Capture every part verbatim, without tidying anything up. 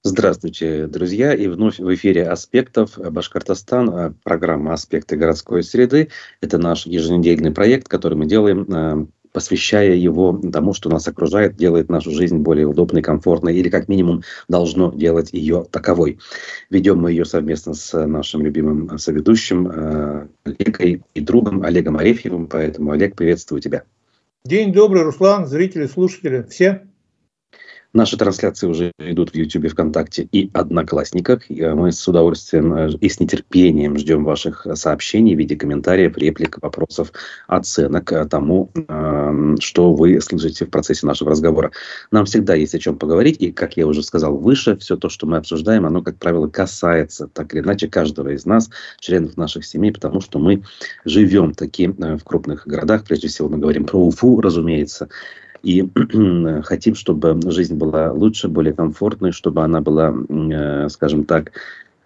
Здравствуйте, друзья! И вновь в эфире «Аспектов Башкортостан», э, программа «Аспекты городской среды». Это наш еженедельный проект, который мы делаем, э, посвящая его тому, что нас окружает, делает нашу жизнь более удобной, комфортной, или как минимум должно делать ее таковой. Ведем мы ее совместно с нашим любимым соведущим, э, коллегой и другом Олегом Арефьевым. Поэтому, Олег, приветствую тебя. День добрый, Руслан, зрители, слушатели, все. Наши трансляции уже идут в Ютубе, ВКонтакте и Одноклассниках. Мы с удовольствием и с нетерпением ждем ваших сообщений в виде комментариев, реплик, вопросов, оценок тому, что вы слышите в процессе нашего разговора. Нам всегда есть о чем поговорить. И, как я уже сказал выше, все то, что мы обсуждаем, оно, как правило, касается так или иначе каждого из нас, членов наших семей, потому что мы живем таки в крупных городах. Прежде всего мы говорим про Уфу, разумеется. И хотим, чтобы жизнь была лучше, более комфортной, чтобы она была, э, скажем так,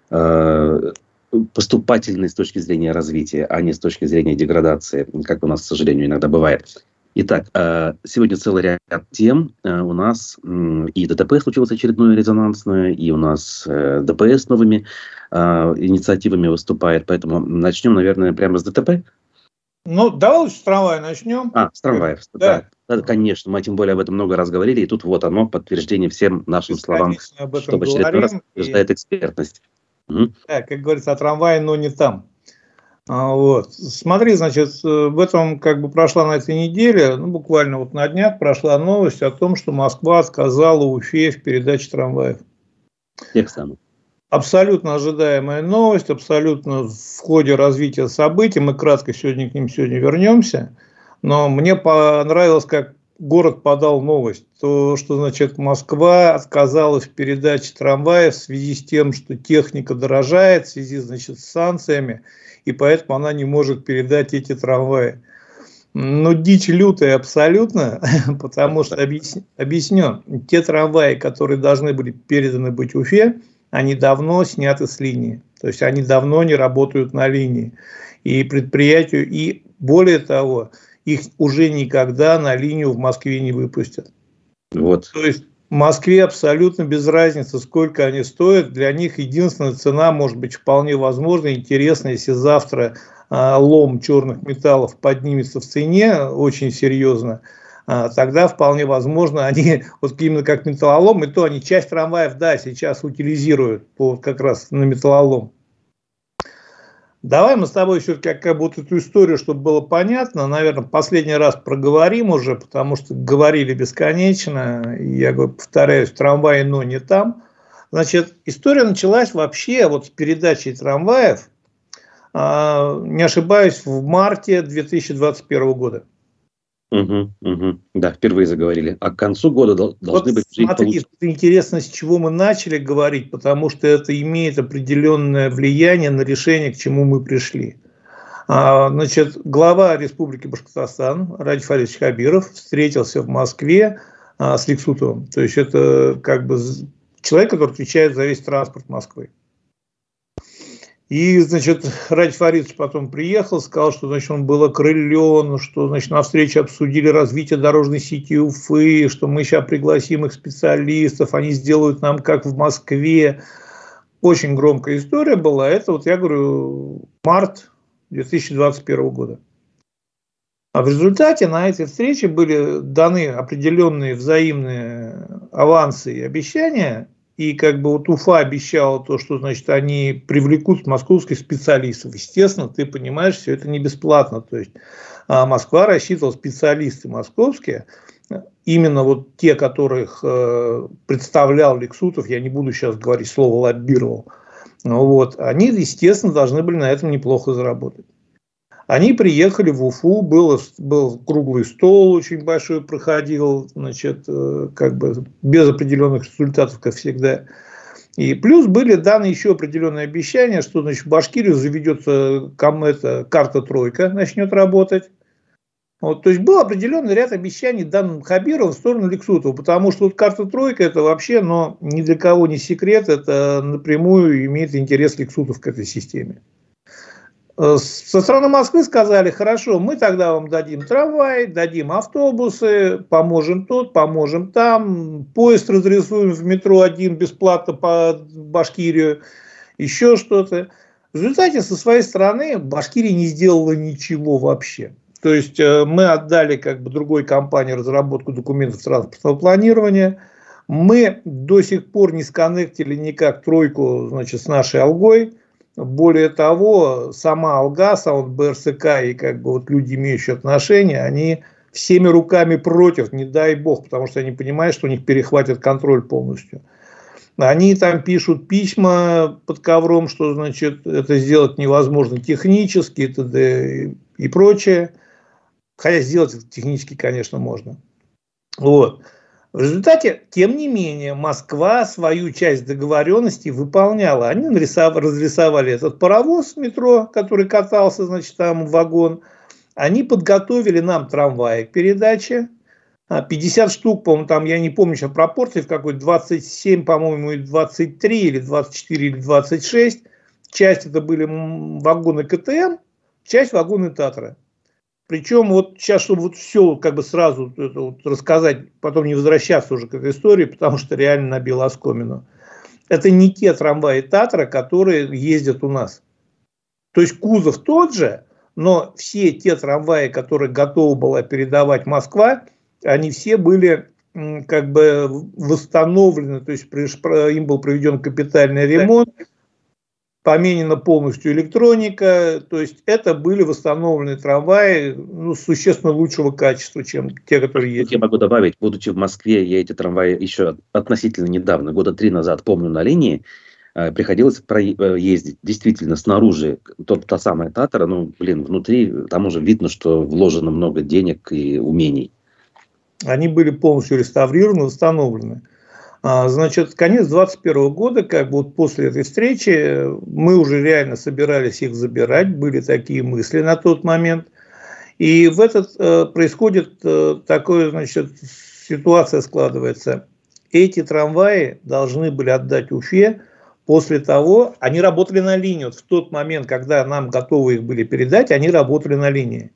э, поступательной с точки зрения развития, а не с точки зрения деградации, как у нас, к сожалению, иногда бывает. Итак, э, сегодня целый ряд тем. Э, у нас э, и ДТП случилось очередное резонансное, и у нас э, ДПС с новыми э, инициативами выступает. Поэтому начнем, наверное, прямо с ДТП. Ну, давай лучше с трамвая начнем. А, с трамваев, да. да. Да, конечно, мы тем более об этом много раз говорили, и тут вот оно, подтверждение всем нашим словам, что в очередной раз подтверждает и... экспертность. Угу. Да, как говорится, о трамвае, но не там. А, вот. Смотри, значит, в этом как бы прошла на этой неделе, ну, буквально вот на днях прошла новость о том, что Москва отказала Уфе в передаче трамваев. Тех самых. Абсолютно ожидаемая новость, абсолютно в ходе развития событий. Мы кратко сегодня к ним сегодня вернемся. Но мне понравилось, как город подал новость. То, что, значит, Москва отказалась в передаче трамваев в связи с тем, что техника дорожает, в связи, значит, с санкциями, и поэтому она не может передать эти трамваи. Ну, дичь лютая абсолютно, потому что, объясню, те трамваи, которые должны были переданы быть Уфе, они давно сняты с линии. То есть, они давно не работают на линии. И предприятию, и более того, их уже никогда на линию в Москве не выпустят. Вот. То есть, в Москве абсолютно без разницы, сколько они стоят. Для них единственная цена может быть вполне возможна, интересна, если завтра а, лом черных металлов поднимется в цене очень серьезно. Тогда вполне возможно, они, вот именно как металлолом, и то они часть трамваев, да, сейчас утилизируют по, как раз на металлолом. Давай мы с тобой еще как, как будто эту историю, чтобы было понятно, наверное, последний раз проговорим уже, потому что говорили бесконечно, и я говорю, повторяюсь, трамваи, но не там. Значит, история началась вообще вот с передачей трамваев, не ошибаюсь, в марте две тысячи двадцать первого года. Угу, угу. Да, впервые заговорили. А к концу года должны вот быть жизнь смотри, получше. Интересно, с чего мы начали говорить, потому что это имеет определенное влияние на решение, к чему мы пришли. А, значит, глава Республики Башкортостан Ради Фаридович Хабиров встретился в Москве а, с Ликсутовым. То есть это как бы человек, который отвечает за весь транспорт Москвы. И, значит, Ради Фаридович потом приехал, сказал, что, значит, он был окрылен, что, значит, на встрече обсудили развитие дорожной сети Уфы, что мы сейчас пригласим их специалистов, они сделают нам как в Москве. Очень громкая история была. Это, вот я говорю, март две тысячи двадцать первого года. А в результате на этой встрече были даны определенные взаимные авансы и обещания. И как бы вот Уфа обещала то, что, значит, они привлекут московских специалистов. Естественно, ты понимаешь, все это не бесплатно. То есть Москва рассчитывала специалисты московские, именно вот те, которых представлял Ликсутов, я не буду сейчас говорить слово лоббировал, вот, они, естественно, должны были на этом неплохо заработать. Они приехали в Уфу, был, был круглый стол очень большой, проходил, значит, как бы без определенных результатов, как всегда. И плюс были даны еще определенные обещания, что, значит, в Башкирию заведется эта карта тройка, начнет работать. Вот, то есть был определенный ряд обещаний дан Хабирову в сторону Ликсутова, потому что вот карта тройка это вообще, но ни для кого не секрет, это напрямую имеет интерес Ликсутов к этой системе. Со стороны Москвы сказали: хорошо, мы тогда вам дадим трамвай, дадим автобусы, поможем тут, поможем там, поезд разрисуем в метро один бесплатно по Башкирию, еще что-то. В результате со своей стороны Башкирия не сделала ничего вообще. То есть мы отдали как бы другой компании разработку документов транспортного планирования. Мы до сих пор не сконнектили никак тройку, значит, с нашей Алгой. Более того, сама Алга, сам БРСК и как бы вот люди, имеющие отношения, они всеми руками против, не дай бог, потому что они понимают, что у них перехватит контроль полностью. Они там пишут письма под ковром, что, значит, это сделать невозможно технически и т.д. и прочее. Хотя сделать это технически, конечно, можно. Вот. В результате, тем не менее, Москва свою часть договоренности выполняла. Они нарисовали, разрисовали этот паровоз в метро, который катался, значит, там вагон. Они подготовили нам трамваи к передаче. пятьдесят штук, по-моему, там, я не помню сейчас пропорции, в какой, двадцать семь, по-моему, и двадцать три, или двадцать четыре, или двадцать шесть. Часть это были вагоны КТМ, часть вагоны Татра. Причем вот сейчас, чтобы вот все как бы сразу это вот рассказать, потом не возвращаться уже к этой истории, потому что реально набило оскомину. Это не те трамваи Татра, которые ездят у нас. То есть кузов тот же, но все те трамваи, которые готова была передавать Москва, они все были как бы восстановлены, то есть им был проведен капитальный ремонт. Поменена полностью электроника, то есть это были восстановленные трамваи, ну, существенно лучшего качества, чем те, которые есть. Я могу добавить, будучи в Москве, я эти трамваи еще относительно недавно, года три назад, помню на линии, э, приходилось ездить действительно снаружи, тот, та самая Татра, ну, блин, внутри, там уже видно, что вложено много денег и умений. Они были полностью реставрированы, восстановлены. Значит, конец двадцать первого года, как бы вот после этой встречи, мы уже реально собирались их забирать, были такие мысли на тот момент. И в этот э, происходит э, такое, значит, ситуация складывается. Эти трамваи должны были отдать Уфе после того, они работали на линии. Вот в тот момент, когда нам готовы их были передать, они работали на линии.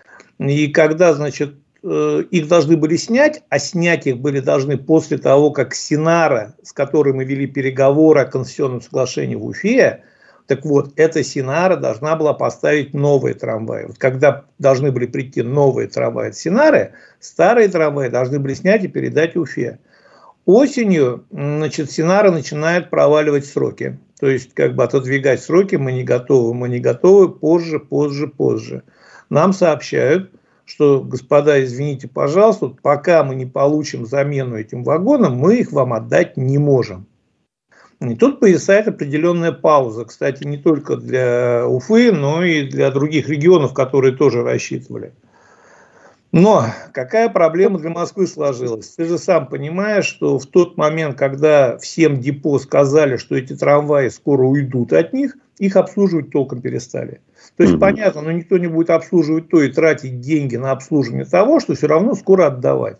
И когда, значит, их должны были снять, а снять их были должны после того, как Синара, с которой мы вели переговоры о концессионном соглашении в Уфе, так вот, эта Синара должна была поставить новые трамваи. Вот когда должны были прийти новые трамваи от Синары, старые трамваи должны были снять и передать Уфе. Осенью, значит, Синара начинает проваливать сроки. То есть, как бы отодвигать сроки, мы не готовы, мы не готовы, позже, позже, позже. Нам сообщают, что, господа, извините, пожалуйста, пока мы не получим замену этим вагонам, мы их вам отдать не можем. И тут повисает определенная пауза, кстати, не только для Уфы, но и для других регионов, которые тоже рассчитывали. Но какая проблема для Москвы сложилась? Ты же сам понимаешь, что в тот момент, когда всем депо сказали, что эти трамваи скоро уйдут от них, их обслуживать толком перестали. То есть, понятно, но никто не будет обслуживать то и тратить деньги на обслуживание того, что все равно скоро отдавать.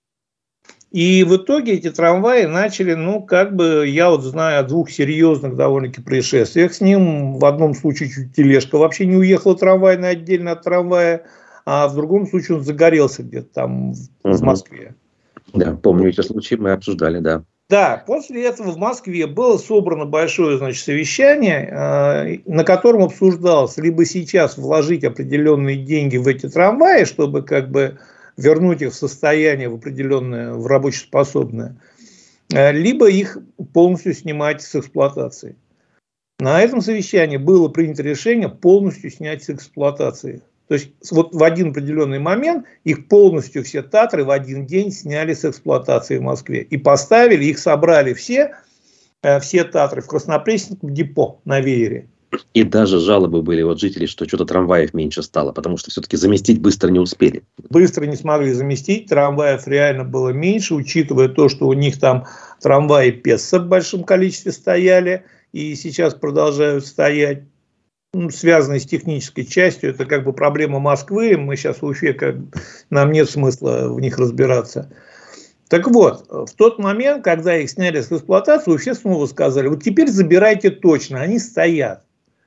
И в итоге эти трамваи начали, ну, как бы, я вот знаю о двух серьезных довольно-таки происшествиях с ним. В одном случае чуть тележка вообще не уехала трамвайная отдельно от трамвая, а в другом случае он загорелся где-то там в, в Москве. Да, помню эти случаи, мы обсуждали, да. Да, после этого в Москве было собрано большое, значит, совещание, на котором обсуждалось либо сейчас вложить определенные деньги в эти трамваи, чтобы как бы вернуть их в состояние в определенное, в рабочеспособное, либо их полностью снимать с эксплуатации. На этом совещании было принято решение полностью снять с эксплуатации. То есть вот в один определенный момент их полностью все Татры в один день сняли с эксплуатации в Москве. И поставили, их собрали все, все Татры в Краснопресненском депо на веере. И даже жалобы были от жителей, что что-то трамваев меньше стало, потому что все-таки заместить быстро не успели. Быстро не смогли заместить, трамваев реально было меньше, учитывая то, что у них там трамваи Песса в большом количестве стояли и сейчас продолжают стоять. Связанные с технической частью, это как бы проблема Москвы, мы сейчас в Уфе, как, нам нет смысла в них разбираться. Так вот, в тот момент, когда их сняли с эксплуатации, Уфе снова сказали, вот теперь забирайте точно, они стоят.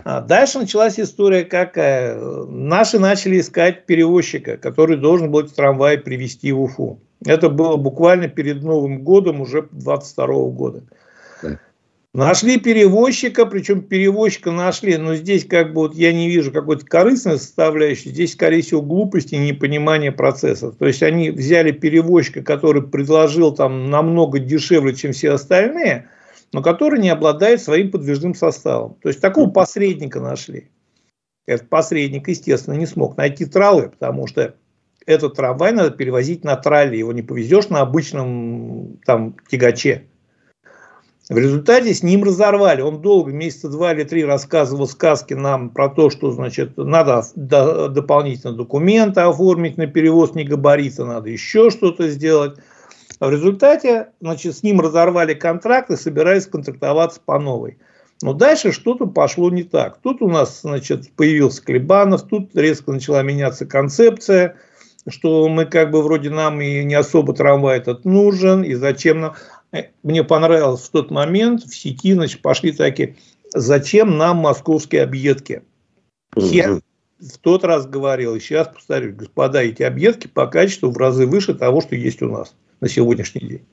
Дальше началась история какая? Наши начали искать перевозчика, который должен был эти трамваи привезти в Уфу. Это было буквально перед Новым годом, уже двадцать второго года. Да. Нашли перевозчика, причем перевозчика нашли, но здесь как бы вот я не вижу какой-то корыстной составляющей, здесь, скорее всего, глупости и непонимание процесса. То есть они взяли перевозчика, который предложил там намного дешевле, чем все остальные, но который не обладает своим подвижным составом. То есть такого посредника нашли. Этот посредник, естественно, не смог найти траллы, потому что этот трамвай надо перевозить на тралле, его не повезешь на обычном там тягаче. В результате с ним разорвали. Он долго, месяца два или три, рассказывал сказки нам про то, что, значит, надо до, дополнительно документы оформить на перевоз не габарита, надо еще что-то сделать. В результате, значит, с ним разорвали контракт и собирались контрактоваться по новой. Но дальше что-то пошло не так. Тут у нас, значит, появился Клебанов, тут резко начала меняться концепция, что мы как бы вроде нам и не особо трамвай этот нужен, и зачем нам... Мне понравилось в тот момент в сети, значит, пошли такие, зачем нам московские объедки? Я в тот раз говорил, и сейчас повторюсь, господа, эти объедки по качеству в разы выше того, что есть у нас на сегодняшний день.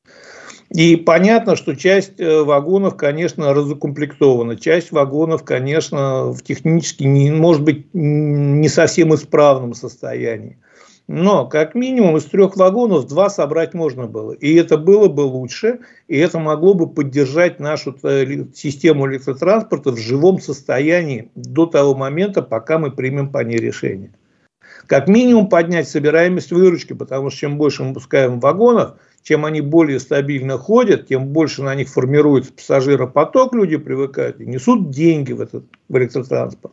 И понятно, что часть вагонов, конечно, разукомплектована, часть вагонов, конечно, в технически, не, может быть, не совсем исправном состоянии. Но, как минимум, из трех вагонов два собрать можно было. И это было бы лучше, и это могло бы поддержать нашу систему электротранспорта в живом состоянии до того момента, пока мы примем по ней решение. Как минимум поднять собираемость выручки, потому что чем больше мы пускаем вагонов, чем они более стабильно ходят, тем больше на них формируется пассажиропоток, люди привыкают и несут деньги в этот в электротранспорт.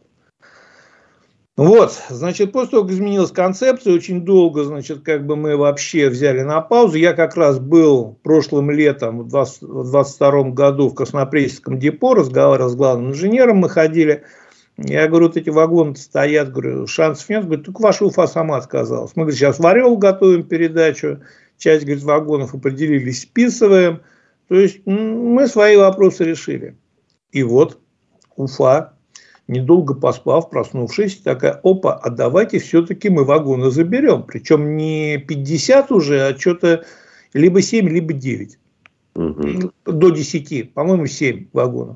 Вот, значит, после того, как изменилась концепция, очень долго, значит, как бы мы вообще взяли на паузу. Я как раз был прошлым летом, в двадцать втором году в Краснопресненском депо, разговаривал с главным инженером, мы ходили. Я говорю, вот эти вагоны стоят, говорю, шансов нет. Говорит, только ваша Уфа сама отказалась. Мы, говорит, сейчас в Орел готовим передачу, часть, говорит, вагонов определились, списываем. То есть мы свои вопросы решили. И вот Уфа, недолго поспав, проснувшись, такая, опа, а давайте все-таки мы вагоны заберем. Причем не пятьдесят уже, а что-то либо семь, либо девять. Угу. До десяти, по-моему, семь вагонов.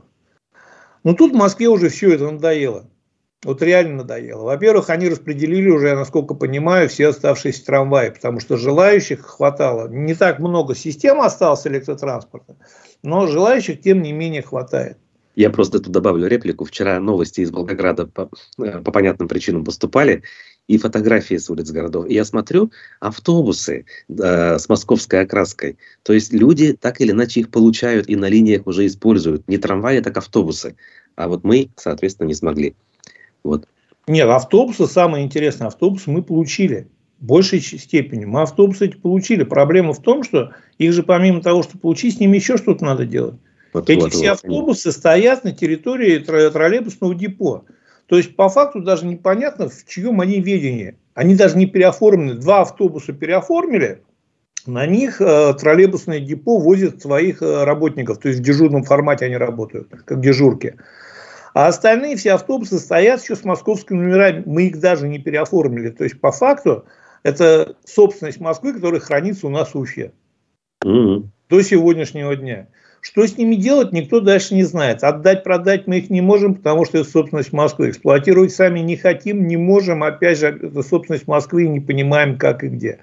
Но тут в Москве уже все это надоело. Вот реально надоело. Во-первых, они распределили уже, я насколько понимаю, все оставшиеся трамваи, потому что желающих хватало. Не так много систем осталось электротранспорта, но желающих, тем не менее, хватает. Я просто тут добавлю реплику. Вчера новости из Волгограда по, по понятным причинам поступали, и фотографии с улиц городов. И я смотрю, автобусы э, с московской окраской. То есть люди так или иначе их получают и на линиях уже используют. Не трамваи, так автобусы. А вот мы, соответственно, не смогли. Вот. Нет, автобусы, самое интересное, автобусы мы получили. В большей степени. Мы автобусы эти получили. Проблема в том, что их же помимо того, что получить, с ними еще что-то надо делать. Вот, Эти вот, все вот, автобусы вот. стоят на территории троллейбусного депо. То есть, по факту, даже непонятно, в чьем они ведении. Они даже не переоформлены. Два автобуса переоформили, на них э, троллейбусное депо возит своих э, работников. То есть, в дежурном формате они работают, как дежурки. А остальные все автобусы стоят еще с московскими номерами. Мы их даже не переоформили. То есть, по факту, это собственность Москвы, которая хранится у нас в Уфе. Mm-hmm. До сегодняшнего дня. Что с ними делать, никто дальше не знает. Отдать, продать мы их не можем, потому что это собственность Москвы. Эксплуатировать сами не хотим, не можем. Опять же, это собственность Москвы и не понимаем, как и где.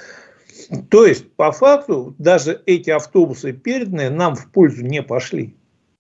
То есть, по факту, даже эти автобусы переданные нам в пользу не пошли.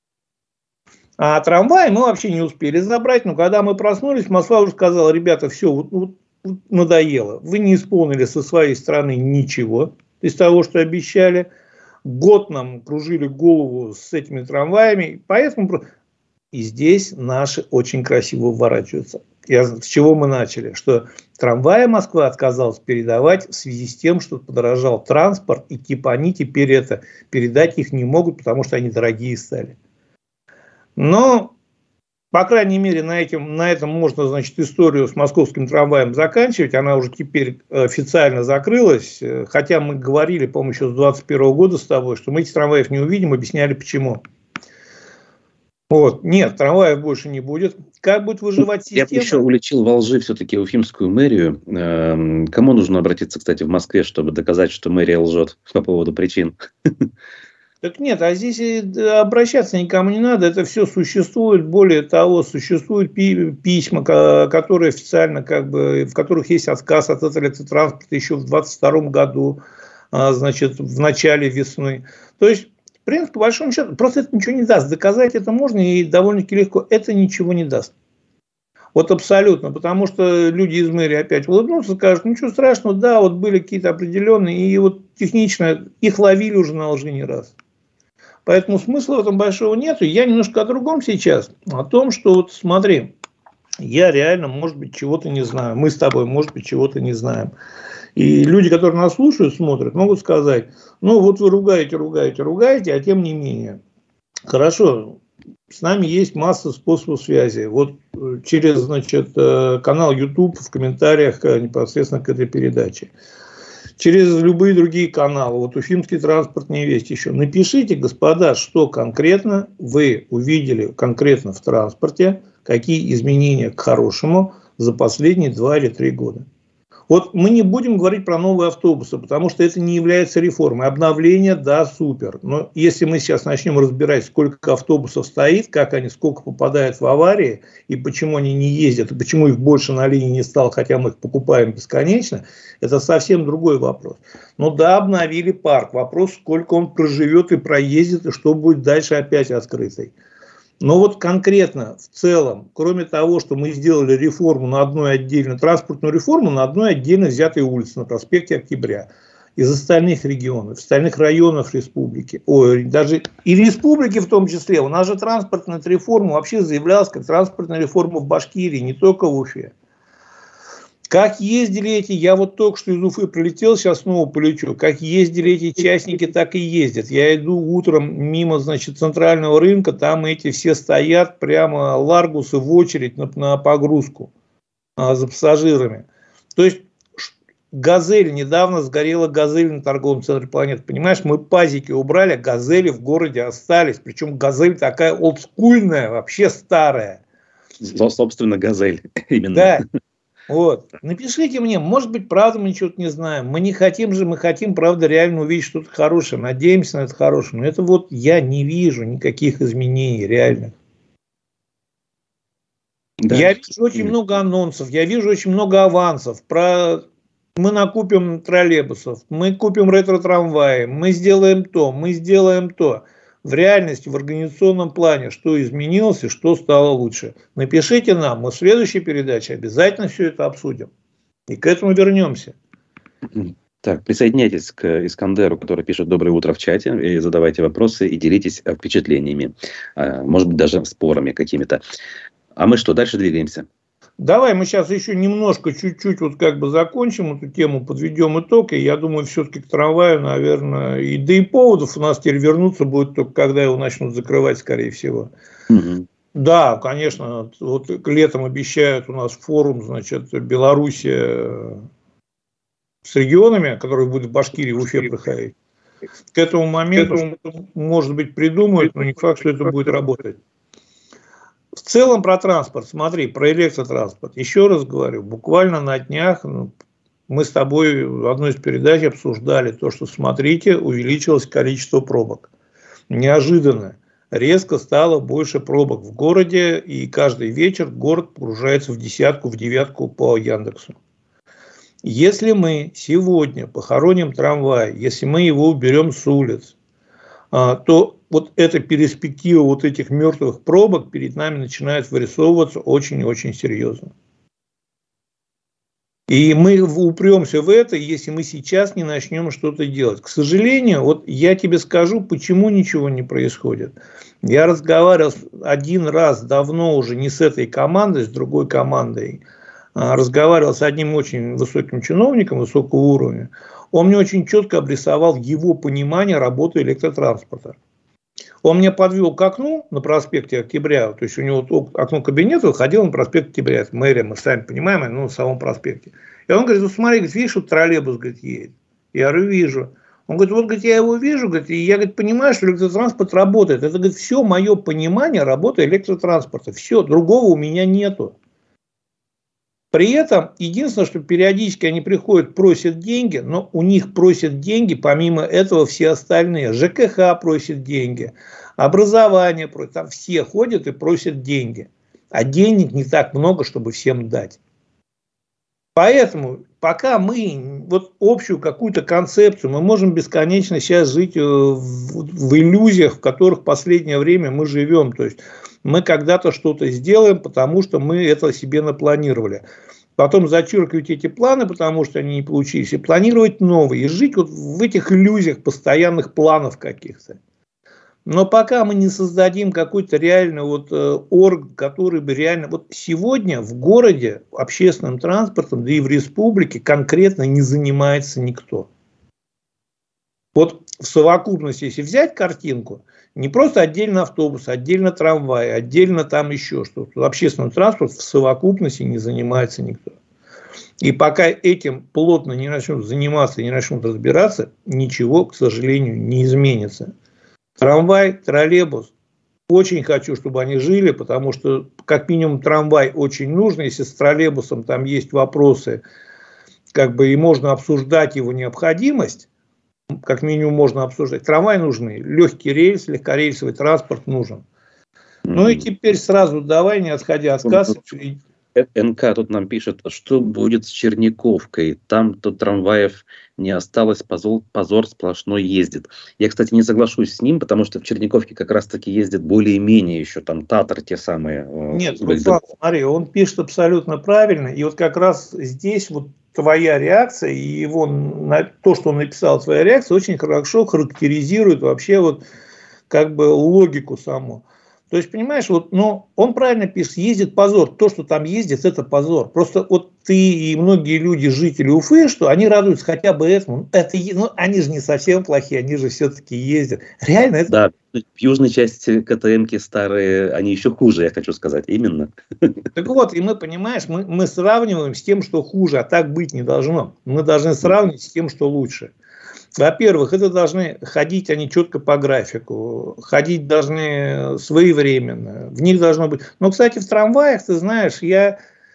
А трамваи мы вообще не успели забрать. Но когда мы проснулись, Москва уже сказала, ребята, все, вот, вот, вот надоело. Вы не исполнили со своей стороны ничего из того, что обещали. Год нам кружили голову с этими трамваями, поэтому и здесь наши очень красиво вворачиваются. Я, с чего мы начали? Что трамваи Москва отказалась передавать в связи с тем, что подорожал транспорт, и типа они теперь это передать их не могут, потому что они дорогие стали. Но, по крайней мере, на, этим, на этом можно, значит, историю с московским трамваем заканчивать. Она уже теперь официально закрылась. Хотя мы говорили, по-моему, еще с двадцать первого года с тобой, что мы этих трамваев не увидим, объясняли почему. Вот. Нет, трамваев больше не будет. Как будет выживать система? Я бы еще уличил во лжи все-таки Уфимскую мэрию. Эм, кому нужно обратиться, кстати, в Москве, чтобы доказать, что мэрия лжет по поводу причин? Так нет, а здесь обращаться никому не надо, это все существует. Более того, существуют письма, которые официально, как бы, в которых есть отказ от этого электротранспорта еще в двадцать втором году, значит, в начале весны. То есть, в принципе, по большому счету, просто это ничего не даст. Доказать это можно и довольно-таки легко. Это ничего не даст. Вот абсолютно, потому что люди из мэрии опять улыбнутся, скажут, ничего страшного, да, вот были какие-то определенные, и вот технично их ловили уже на лжи не раз. Поэтому смысла в этом большого нету. Я немножко о другом сейчас, о том, что вот смотри, я реально, может быть, чего-то не знаю, мы с тобой, может быть, чего-то не знаем. И люди, которые нас слушают, смотрят, могут сказать, ну вот вы ругаете, ругаете, ругаете, а тем не менее. Хорошо, с нами есть масса способов связи. Вот через, значит, канал YouTube в комментариях непосредственно к этой передаче. Через любые другие каналы. Вот Уфимский транспортный весть еще. Напишите, господа, что конкретно вы увидели конкретно в транспорте, какие изменения к хорошему за последние два или три года. Вот мы не будем говорить про новые автобусы, потому что это не является реформой. Обновление, да, супер. Но если мы сейчас начнем разбирать, сколько автобусов стоит, как они, сколько попадают в аварии, и почему они не ездят, и почему их больше на линии не стало, хотя мы их покупаем бесконечно, это совсем другой вопрос. Ну да, обновили парк. Вопрос, сколько он проживет и проездит, и что будет дальше опять открытый. Но вот конкретно, в целом, кроме того, что мы сделали реформу на одной отдельно, транспортную реформу на одной отдельно взятой улице, на проспекте Октября, из остальных регионов, в остальных районах республики, ой, даже и республики в том числе, у нас же транспортная реформа вообще заявлялась как транспортная реформа в Башкирии, не только в Уфе. Как ездили эти, я вот только что из Уфы прилетел, сейчас снова полечу, как ездили эти частники, так и ездят. Я иду утром мимо, значит, центрального рынка, там эти все стоят, прямо ларгусы в очередь на, на погрузку а, за пассажирами. То есть, «Газель», недавно сгорела «Газель» на торговом центре «Планета». Понимаешь, мы пазики убрали, «Газели» в городе остались. Причем «Газель» такая олдскульная, вообще старая. Собственно, «Газель». Именно. Да. Вот. Напишите мне, может быть, правда мы ничего не знаем. Мы не хотим же, мы хотим, правда, реально увидеть что-то хорошее. Надеемся на это хорошее. Но это вот я не вижу никаких изменений реальных. Да. Я вижу очень много анонсов, я вижу очень много авансов. Про мы накупим троллейбусов, мы купим ретро-трамваи, мы сделаем то, мы сделаем то. В реальности, в организационном плане, что изменилось и что стало лучше. Напишите нам, мы в следующей передаче обязательно все это обсудим. И к этому вернемся. Так, присоединяйтесь к Искандеру, который пишет «Доброе утро» в чате, и задавайте вопросы, и делитесь впечатлениями. Может быть, даже спорами какими-то. А мы что, дальше двигаемся? Давай мы сейчас еще немножко, чуть-чуть вот как бы закончим эту тему, подведем итог. И я думаю, все-таки к трамваю, наверное, и да и поводов у нас теперь вернуться будет только когда его начнут закрывать, скорее всего. Угу. Да, конечно, вот летом обещают у нас форум, значит, Белоруссия с регионами, который будет в Башкирии, в Уфе проходить. К этому моменту, может быть, придумают, но не факт, что это будет работать. В целом про транспорт, смотри, про электротранспорт. Еще раз говорю, буквально на днях ну, мы с тобой в одной из передач обсуждали то, что, смотрите, увеличилось количество пробок. Неожиданно, резко стало больше пробок в городе, и каждый вечер город погружается в десятку, в девятку по Яндексу. Если мы сегодня похороним трамвай, если мы его уберем с улиц, то вот эта перспектива вот этих мертвых пробок перед нами начинает вырисовываться очень-очень серьезно. И мы упремся в это, если мы сейчас не начнем что-то делать. К сожалению, вот я тебе скажу, почему ничего не происходит. Я разговаривал один раз давно уже не с этой командой, с другой командой, разговаривал с одним очень высоким чиновником высокого уровня. Он мне очень четко обрисовал его понимание работы электротранспорта. Он меня подвел к окну на проспекте Октября, то есть у него окно кабинета выходило на проспект Октября, это мэрия, мы сами понимаем, ну, на самом проспекте. И он говорит, ну смотри, говорит, видишь, вот троллейбус, говорит, едет. Я говорю, вижу. Он говорит, вот говорит, я его вижу, говорит, и я говорит, понимаю, что электротранспорт работает. Это говорит, все мое понимание работы электротранспорта. Все, другого у меня нету. При этом, единственное, что периодически они приходят, просят деньги, но у них просят деньги, помимо этого все остальные. ЖКХ просит деньги, образование просит, там все ходят и просят деньги. А денег не так много, чтобы всем дать. Поэтому, пока мы вот общую какую-то концепцию, мы можем бесконечно сейчас жить в, в иллюзиях, в которых в последнее время мы живем. То есть, мы когда-то что-то сделаем, потому что мы это себе напланировали. Потом зачеркивать эти планы, потому что они не получились, и планировать новые. И жить вот в этих иллюзиях постоянных планов каких-то. Но пока мы не создадим какой-то реально вот э, орг, который бы реально... Вот сегодня в городе общественным транспортом, да и в республике конкретно не занимается никто. Вот в совокупности, если взять картинку, не просто отдельно автобус, отдельно трамвай, отдельно там еще что-то. Общественный транспорт в совокупности не занимается никто. И пока этим плотно не начнут заниматься, не начнут разбираться, ничего, к сожалению, не изменится. Трамвай, троллейбус. Очень хочу, чтобы они жили, потому что, как минимум, трамвай очень нужен. Если с троллейбусом там есть вопросы, как бы и можно обсуждать его необходимость, как минимум можно обсуждать. Трамвай нужны, легкий рельс, легкорельсовый транспорт нужен. Ну и теперь сразу давай, не отходя от кассы. эн ка тут нам пишет, что будет с Черниковкой. Там-то трамваев не осталось, позор, позор сплошной ездит. Я, кстати, не соглашусь с ним, потому что в Черниковке как раз-таки ездит более-менее еще там Татр те самые. Нет, Руслан, смотри, он пишет абсолютно правильно. И вот как раз здесь вот твоя реакция и его, на то, что он написал, твоя реакция очень хорошо характеризирует вообще вот как бы логику саму. То есть, понимаешь, вот, ну, он правильно пишет, ездит позор. То, что там ездит, это позор. Просто вот ты и многие люди, жители Уфы, что они радуются хотя бы этому. Это, ну, они же не совсем плохие, они же все-таки ездят. Реально это... Да, в южной части ка тэ эмки старые, они еще хуже, я хочу сказать, именно. Так вот, и мы, понимаешь, мы, мы сравниваем с тем, что хуже, а так быть не должно. Мы должны сравнивать с тем, что лучше. Во-первых, это должны ходить они четко по графику, ходить должны своевременно, в них должно быть... Но, кстати, в трамваях, ты знаешь, я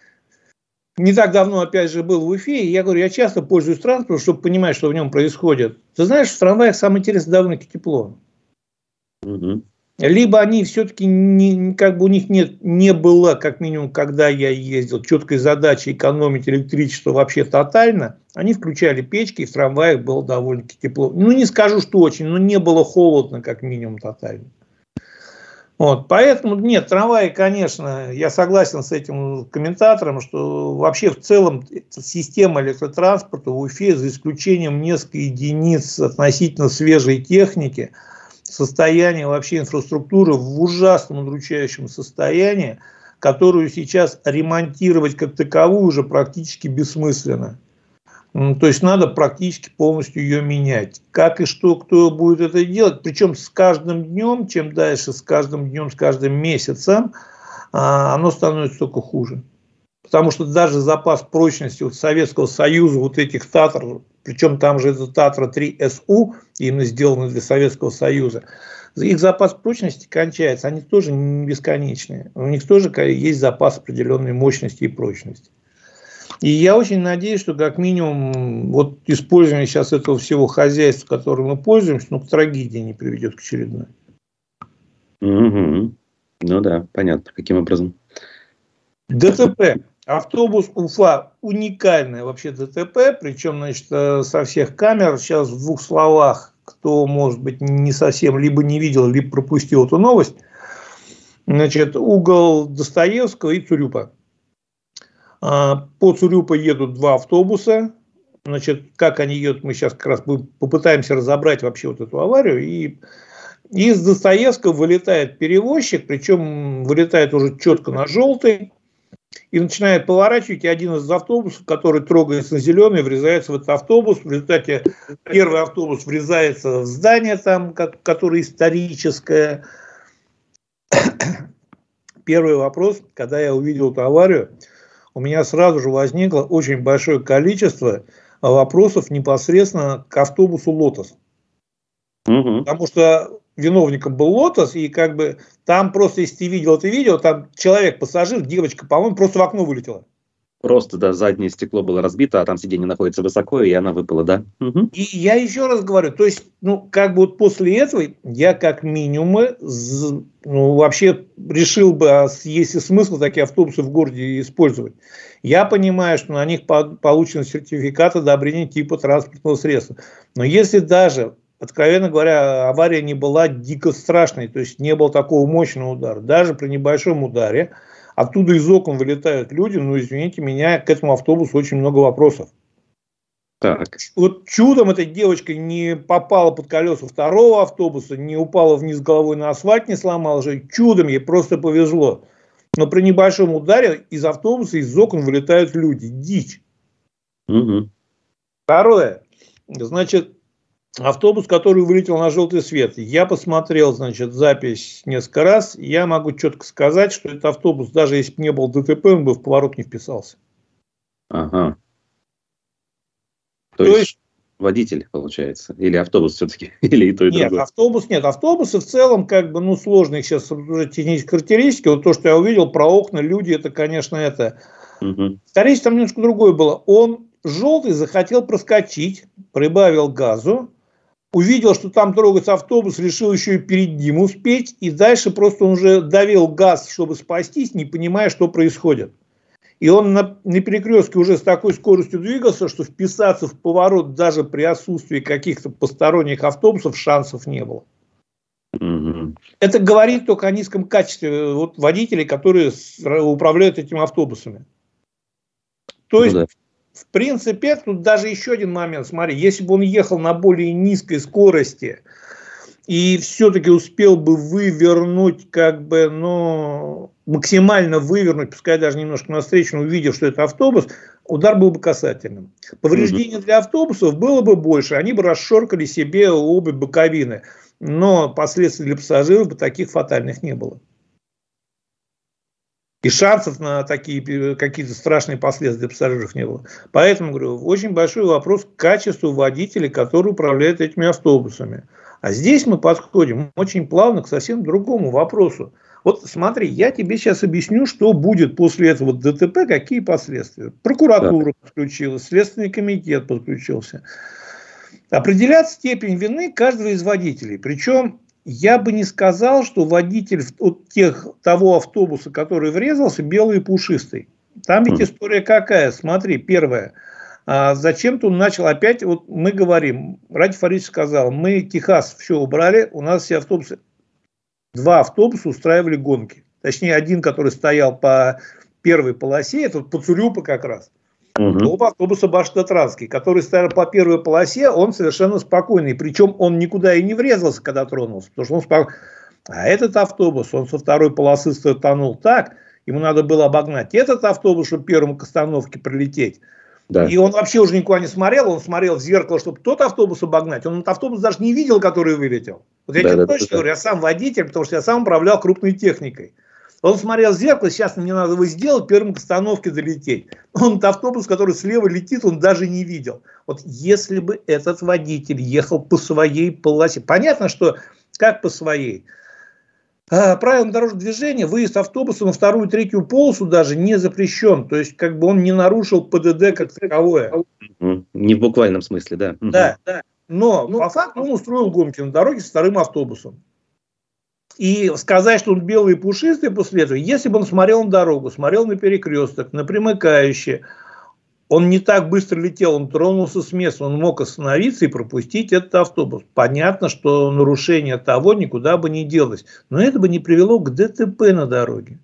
не так давно, опять же, был в Уфе, и я говорю, я часто пользуюсь транспортом, чтобы понимать, что в нем происходит. Ты знаешь, в трамваях самое интересное довольно-таки тепло. Угу. Либо они все-таки, не, как бы у них нет, не было, как минимум, когда я ездил, четкой задачи экономить электричество вообще тотально. Они включали печки, и в трамваях было довольно-таки тепло. Ну, не скажу, что очень, но не было холодно, как минимум, тотально. Вот, поэтому, нет, трамваи, конечно, я согласен с этим комментатором, что вообще в целом система электротранспорта в Уфе, за исключением нескольких единиц относительно свежей техники, состояние вообще инфраструктуры в ужасном удручающем состоянии, которую сейчас ремонтировать как таковую уже практически бессмысленно. То есть надо практически полностью ее менять. Как и что, кто будет это делать. Причем с каждым днем, чем дальше, с каждым днем, с каждым месяцем, оно становится только хуже. Потому что даже запас прочности вот Советского Союза, вот этих Татр, причем там же это Татра три эс у, именно сделаны для Советского Союза, их запас прочности кончается, они тоже не бесконечные. У них тоже есть запас определенной мощности и прочности. И я очень надеюсь, что как минимум вот использование сейчас этого всего хозяйства, которым мы пользуемся, ну, к трагедии не приведет к очередной. Угу. Ну да, понятно, каким образом. ДТП. Автобус Уфа уникальное вообще ДТП, причем, значит, со всех камер. Сейчас в двух словах, кто, может быть, не совсем либо не видел, либо пропустил эту новость. Значит, угол Достоевского и Цурюпа. По Цурюпа едут два автобуса. Значит, как они едут, мы сейчас как раз попытаемся разобрать вообще вот эту аварию. И из Достоевского вылетает перевозчик, причем вылетает уже четко на желтый. И начинает поворачивать, и один из автобусов, который трогается на зеленый, врезается в этот автобус. В результате первый автобус врезается в здание, там, которое историческое. Первый вопрос, когда я увидел эту аварию, у меня сразу же возникло очень большое количество вопросов непосредственно к автобусу «Лотос». Угу. Потому что виновником был «Лотос», и как бы там просто, если ты видел это видео, там человек, пассажир, девочка, по-моему, просто в окно вылетела. Просто, да, заднее стекло было разбито, а там сиденье находится высоко, и она выпала, да? Угу. И я еще раз говорю, то есть, ну, как бы вот после этого я как минимум, ну, вообще решил бы, а есть ли смысл такие автобусы в городе использовать. Я понимаю, что на них получен сертификат одобрения типа транспортного средства. Но если даже, откровенно говоря, авария не была дико страшной, то есть не было такого мощного удара, даже при небольшом ударе, оттуда из окон вылетают люди, ну, извините меня, к этому автобусу очень много вопросов. Так. Вот чудом эта девочка не попала под колеса второго автобуса, не упала вниз головой на асфальт, не сломала же. Чудом ей просто повезло. Но при небольшом ударе из автобуса, из окон вылетают люди. Дичь. Угу. Второе. Значит, автобус, который вылетел на желтый свет. Я посмотрел, значит, запись несколько раз. Я могу четко сказать, что этот автобус, даже если бы не был ДТП, он бы в поворот не вписался. Ага. То, То есть, есть водитель, получается? Или автобус все-таки? Или и то, и нет, другое? автобус нет. Автобусы в целом, как бы, ну, сложные сейчас уже технические характеристики. Вот то, что я увидел про окна, люди, это, конечно, это... Угу. Скорее, там немножко другое было. Он желтый захотел проскочить, прибавил газу, увидел, что там трогается автобус, решил еще и перед ним успеть, и дальше просто он уже давил газ, чтобы спастись, не понимая, что происходит. И он на, на перекрестке уже с такой скоростью двигался, что вписаться в поворот даже при отсутствии каких-то посторонних автобусов шансов не было. Угу. Это говорит только о низком качестве вот, водителей, которые управляют этими автобусами. То есть, ну, да. В принципе, тут даже еще один момент. Смотри, если бы он ехал на более низкой скорости и все-таки успел бы вывернуть, как бы, ну, максимально вывернуть, пускай даже немножко навстречу, увидев, что это автобус, удар был бы касательным. Повреждений для автобусов было бы больше, они бы расшоркали себе обе боковины, но последствий для пассажиров бы таких фатальных не было. И шансов на такие какие-то страшные последствия для пассажиров не было. Поэтому, говорю, очень большой вопрос к качеству водителей, которые управляют этими автобусами. А здесь мы подходим очень плавно к совсем другому вопросу. Вот смотри, я тебе сейчас объясню, что будет после этого ДТП, какие последствия. Прокуратура подключилась, Следственный комитет подключился. Определять степень вины каждого из водителей. Причем я бы не сказал, что водитель от тех, того автобуса, который врезался, белый и пушистый. Там ведь история какая? Смотри, первое. А зачем-то он начал опять, вот мы говорим, Радий Фаридович сказал, мы Техас все убрали, у нас все автобусы, два автобуса устраивали гонки. Точнее, один, который стоял по первой полосе, это вот по Цурюпа как раз. Угу. Оба автобуса Башта-Транский, который стоял по первой полосе, он совершенно спокойный. Причем он никуда и не врезался, когда тронулся. Потому что он спок... А этот автобус, он со второй полосы стартанул так, ему надо было обогнать этот автобус, чтобы первым к остановке прилететь. Да. И он вообще уже никуда не смотрел, он смотрел в зеркало, чтобы тот автобус обогнать. Он этот автобус даже не видел, который вылетел. Вот я да, тебе да, точно да, говорю, да. Я сам водитель, потому что я сам управлял крупной техникой. Он смотрел в зеркало, сейчас мне надо его сделать, первым к остановке долететь. Он этот автобус, который слева летит, он даже не видел. Вот если бы этот водитель ехал по своей полосе, понятно, что как по своей. Правилам дорожного движения выезд автобуса на вторую и третью полосу даже не запрещен. То есть, как бы он не нарушил ПДД как таковое. Не в буквальном смысле, да. Да, да. Но ну, по факту он устроил гонки на дороге с вторым автобусом. И сказать, что он белый и пушистый после этого, если бы он смотрел на дорогу, смотрел на перекресток, на примыкающие, он не так быстро летел, он тронулся с места, он мог остановиться и пропустить этот автобус. Понятно, что нарушение того никуда бы не делось, но это бы не привело к ДТП на дороге.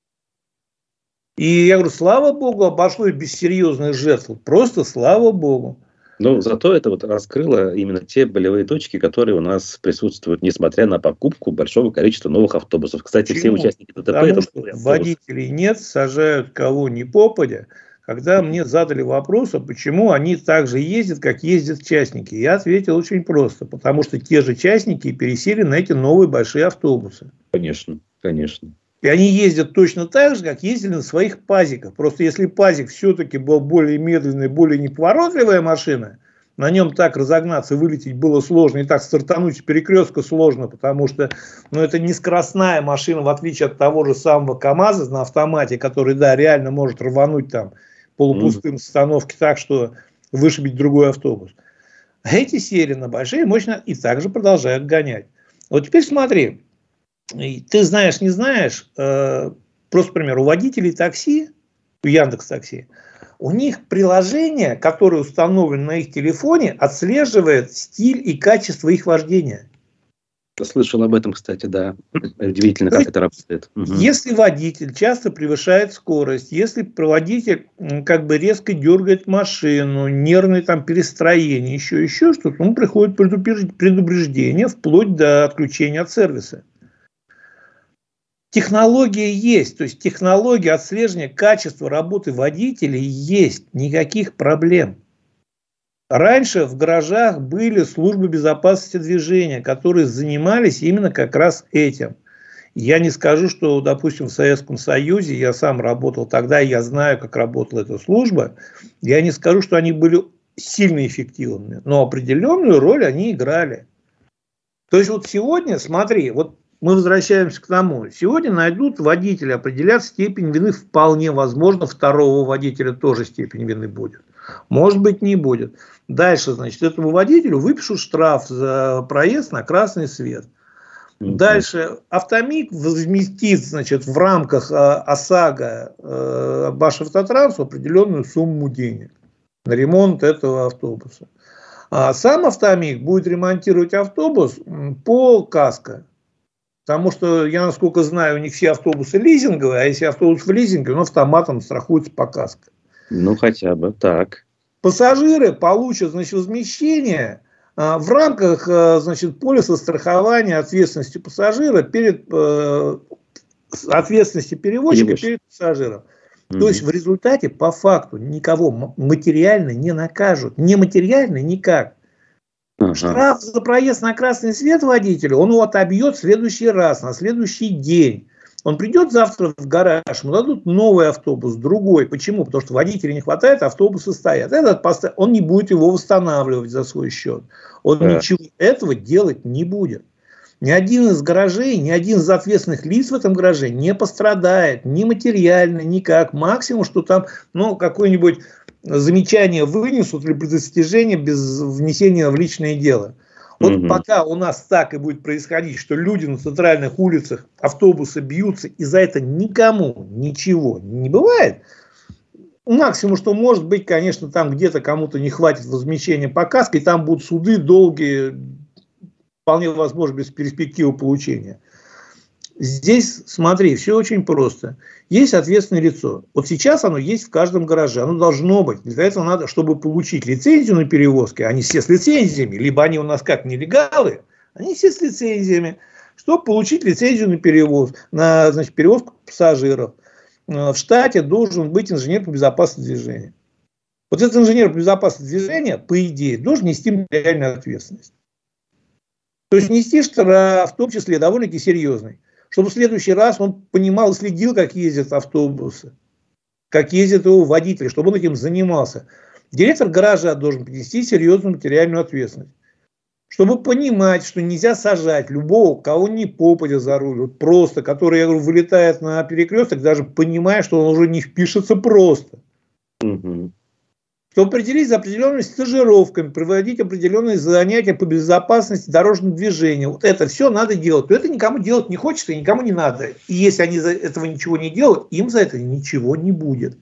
И я говорю, слава богу, обошлось без серьезных жертв, просто слава богу. Ну, зато это вот раскрыло именно те болевые точки, которые у нас присутствуют, несмотря на покупку большого количества новых автобусов. Кстати, Почему? Все участники ДТП... Потому это что водителей нет, сажают кого ни попадя. Когда мне задали вопрос, а почему они так же ездят, как ездят частники, я ответил очень просто. Потому что те же частники пересели на эти новые большие автобусы. Конечно, конечно. И они ездят точно так же, как ездили на своих пазиках. Просто если пазик все-таки был более медленный, более неповоротливая машина, на нем так разогнаться, вылететь было сложно, и так стартануть с перекрестка сложно, потому что ну, это не скоростная машина, в отличие от того же самого КАМАЗа на автомате, который, да, реально может рвануть там полупустым с остановки так, что вышибить другой автобус. А эти серии на большие мощно и также продолжают гонять. Вот теперь смотри, ты знаешь, не знаешь, э, просто, например, у водителей такси, у Яндекс.Такси, у них приложение, которое установлено на их телефоне, отслеживает стиль и качество их вождения. Слышал об этом, кстати, да. Удивительно, как это работает. Если водитель часто превышает скорость, если водитель как бы резко дергает машину, нервное там перестроение, еще, еще что-то, ему приходит предупреждение вплоть до отключения от сервиса. Технология есть, то есть технология отслеживания качества работы водителей есть, никаких проблем. Раньше в гаражах были службы безопасности движения, которые занимались именно как раз этим. Я не скажу, что, допустим, в Советском Союзе, я сам работал тогда, я знаю, как работала эта служба, я не скажу, что они были сильно эффективными, но определенную роль они играли. То есть вот сегодня, смотри, вот мы возвращаемся к тому, сегодня найдут водителя, определят степень вины, вполне возможно, второго водителя тоже степень вины будет. Может быть, не будет. Дальше, значит, этому водителю выпишут штраф за проезд на красный свет. Mm-hmm. Дальше Автомиг возместит, значит, в рамках э, ОСАГО э, Башавтотрансу определенную сумму денег на ремонт этого автобуса. А сам Автомиг будет ремонтировать автобус по КАСКО. Потому что, я насколько знаю, у них все автобусы лизинговые, а если автобус в лизинге, он автоматом страхуется по КАСКО. Ну, хотя бы так. Пассажиры получат, значит, возмещение а, в рамках, а, значит, полиса страхования ответственности пассажира перед а, ответственности перевозчика Перевозчик. перед пассажиром. Mm-hmm. То есть в результате по факту никого материально не накажут, нематериально никак. Uh-huh. Штраф за проезд на красный свет водителю он его отобьет в следующий раз, на следующий день. Он придет завтра в гараж, ему дадут новый автобус, другой. Почему? Потому что водителей не хватает, автобусы стоят. Этот поставь, он не будет его восстанавливать за свой счет. Он yeah. ничего этого делать не будет. Ни один из гаражей, ни один из ответственных лиц в этом гараже не пострадает. Ни материально, никак. Максимум, что там ну, какое-нибудь замечание вынесут или предостережение без внесения в личное дело. Вот угу. пока у нас так и будет происходить, что люди на центральных улицах, автобусы бьются, и за это никому ничего не бывает. Максимум, что может быть, конечно, там где-то кому-то не хватит возмещения по КАСКО, и там будут суды долгие, вполне возможно, без перспективы получения. Здесь, смотри, все очень просто. Есть ответственное лицо. Вот сейчас оно есть в каждом гараже. Оно должно быть. Для этого надо, чтобы получить лицензию на перевозки, они все с лицензиями, либо они у нас как нелегалы, они все с лицензиями. Чтобы получить лицензию на перевоз, на значит, перевозку пассажиров, в штате должен быть инженер по безопасности движения. Вот этот инженер по безопасности движения, по идее, должен нести материальную ответственность. То есть нести штраф, в том числе довольно-таки серьезный. Чтобы в следующий раз он понимал и следил, как ездят автобусы, как ездят его водители, чтобы он этим занимался. Директор гаража должен принести серьезную материальную ответственность. Чтобы понимать, что нельзя сажать любого, кого не попадя за руль, вот просто, который, я говорю, вылетает на перекресток, даже понимая, что он уже не впишется просто. Угу. Чтобы определить за определенными стажировками, проводить определенные занятия по безопасности дорожного движения. Вот это все надо делать. То это никому делать не хочется и никому не надо. И если они за этого ничего не делают, им за это ничего не будет.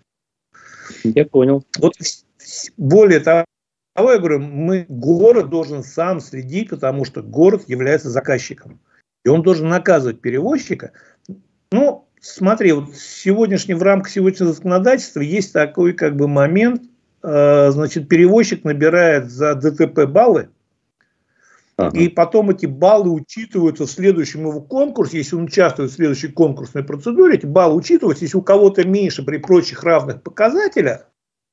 Я понял. Вот более того, я говорю, мы, город должен сам следить, потому что город является заказчиком. И он должен наказывать перевозчика. Ну, смотри, вот сегодняшний, в рамках сегодняшнего законодательства есть такой как бы момент. Значит, перевозчик набирает за ДТП баллы, ага. и потом эти баллы учитываются в следующем его конкурсе. Если он участвует в следующей конкурсной процедуре, эти баллы учитываются. Если у кого-то меньше при прочих равных показателях,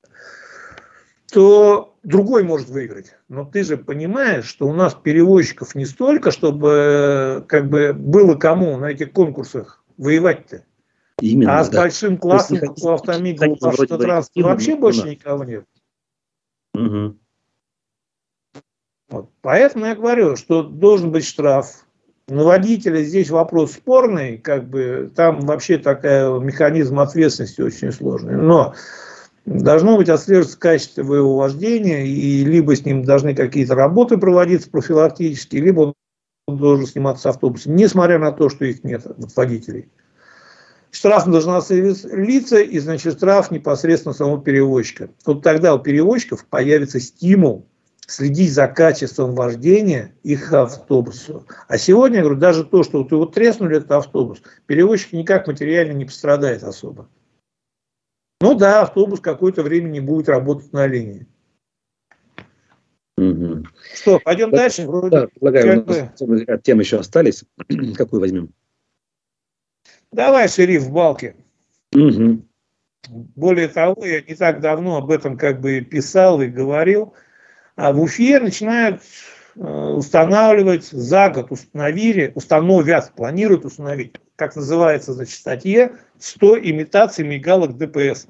то другой может выиграть. Но ты же понимаешь, что у нас перевозчиков не столько, чтобы как бы было кому на этих конкурсах воевать-то. Именно, а с да. большим классом, как у Автомига, у Башавтотранса вообще больше никого нет. Угу. Вот. Поэтому я говорю, что должен быть штраф. На водителя здесь вопрос спорный, как бы там вообще такой механизм ответственности очень сложный. Но должно быть отслеживаться качество его вождения, и либо с ним должны какие-то работы проводиться профилактические, либо он должен сниматься с автобуса, несмотря на то, что их нет, водителей. Штраф на должностные лица и, значит, штраф непосредственно самого перевозчика. Вот тогда у перевозчиков появится стимул следить за качеством вождения их автобуса. А сегодня, я говорю, даже то, что вот его треснули, этот автобус, перевозчик никак материально не пострадает особо. Ну да, автобус какое-то время не будет работать на линии. Угу. Что, пойдем да, дальше? Вроде да, предлагаю, как у нас от тем еще остались. Какую возьмем? Давай, шериф в балке. Угу. Более того, я не так давно об этом как бы писал и говорил. А в Уфе начинают э, устанавливать, за год установили, установят, планируют установить, как называется, значит, в статье, сто имитаций мигалок ДПС.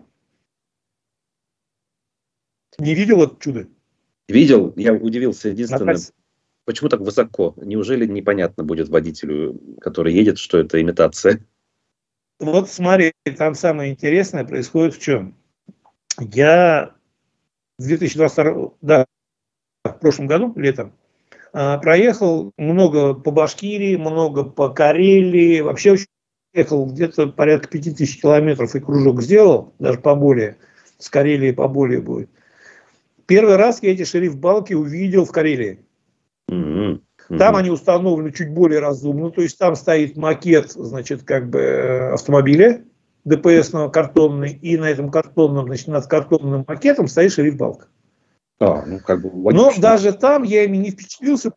Не видел это чудо? Видел, я удивился. Единственное, Наталья. Почему так высоко? Неужели непонятно будет водителю, который едет, что это имитация? Вот смотри, там самое интересное происходит в чем. Я в две тысячи двадцать втором, да, в прошлом году, летом, проехал много по Башкирии, много по Карелии. Вообще ехал где-то порядка пяти тысяч километров и кружок сделал, даже поболее. С Карелии поболее будет. Первый раз я эти шериф-балки увидел в Карелии. Mm-hmm. Mm-hmm. Там они установлены чуть более разумно. То есть там стоит макет, значит, как бы автомобиля ДПСного, картонный. И на этом картонном, значит, над картонным макетом стоит шериф-балка. А, ну, как бы Но даже там я ими не впечатлился.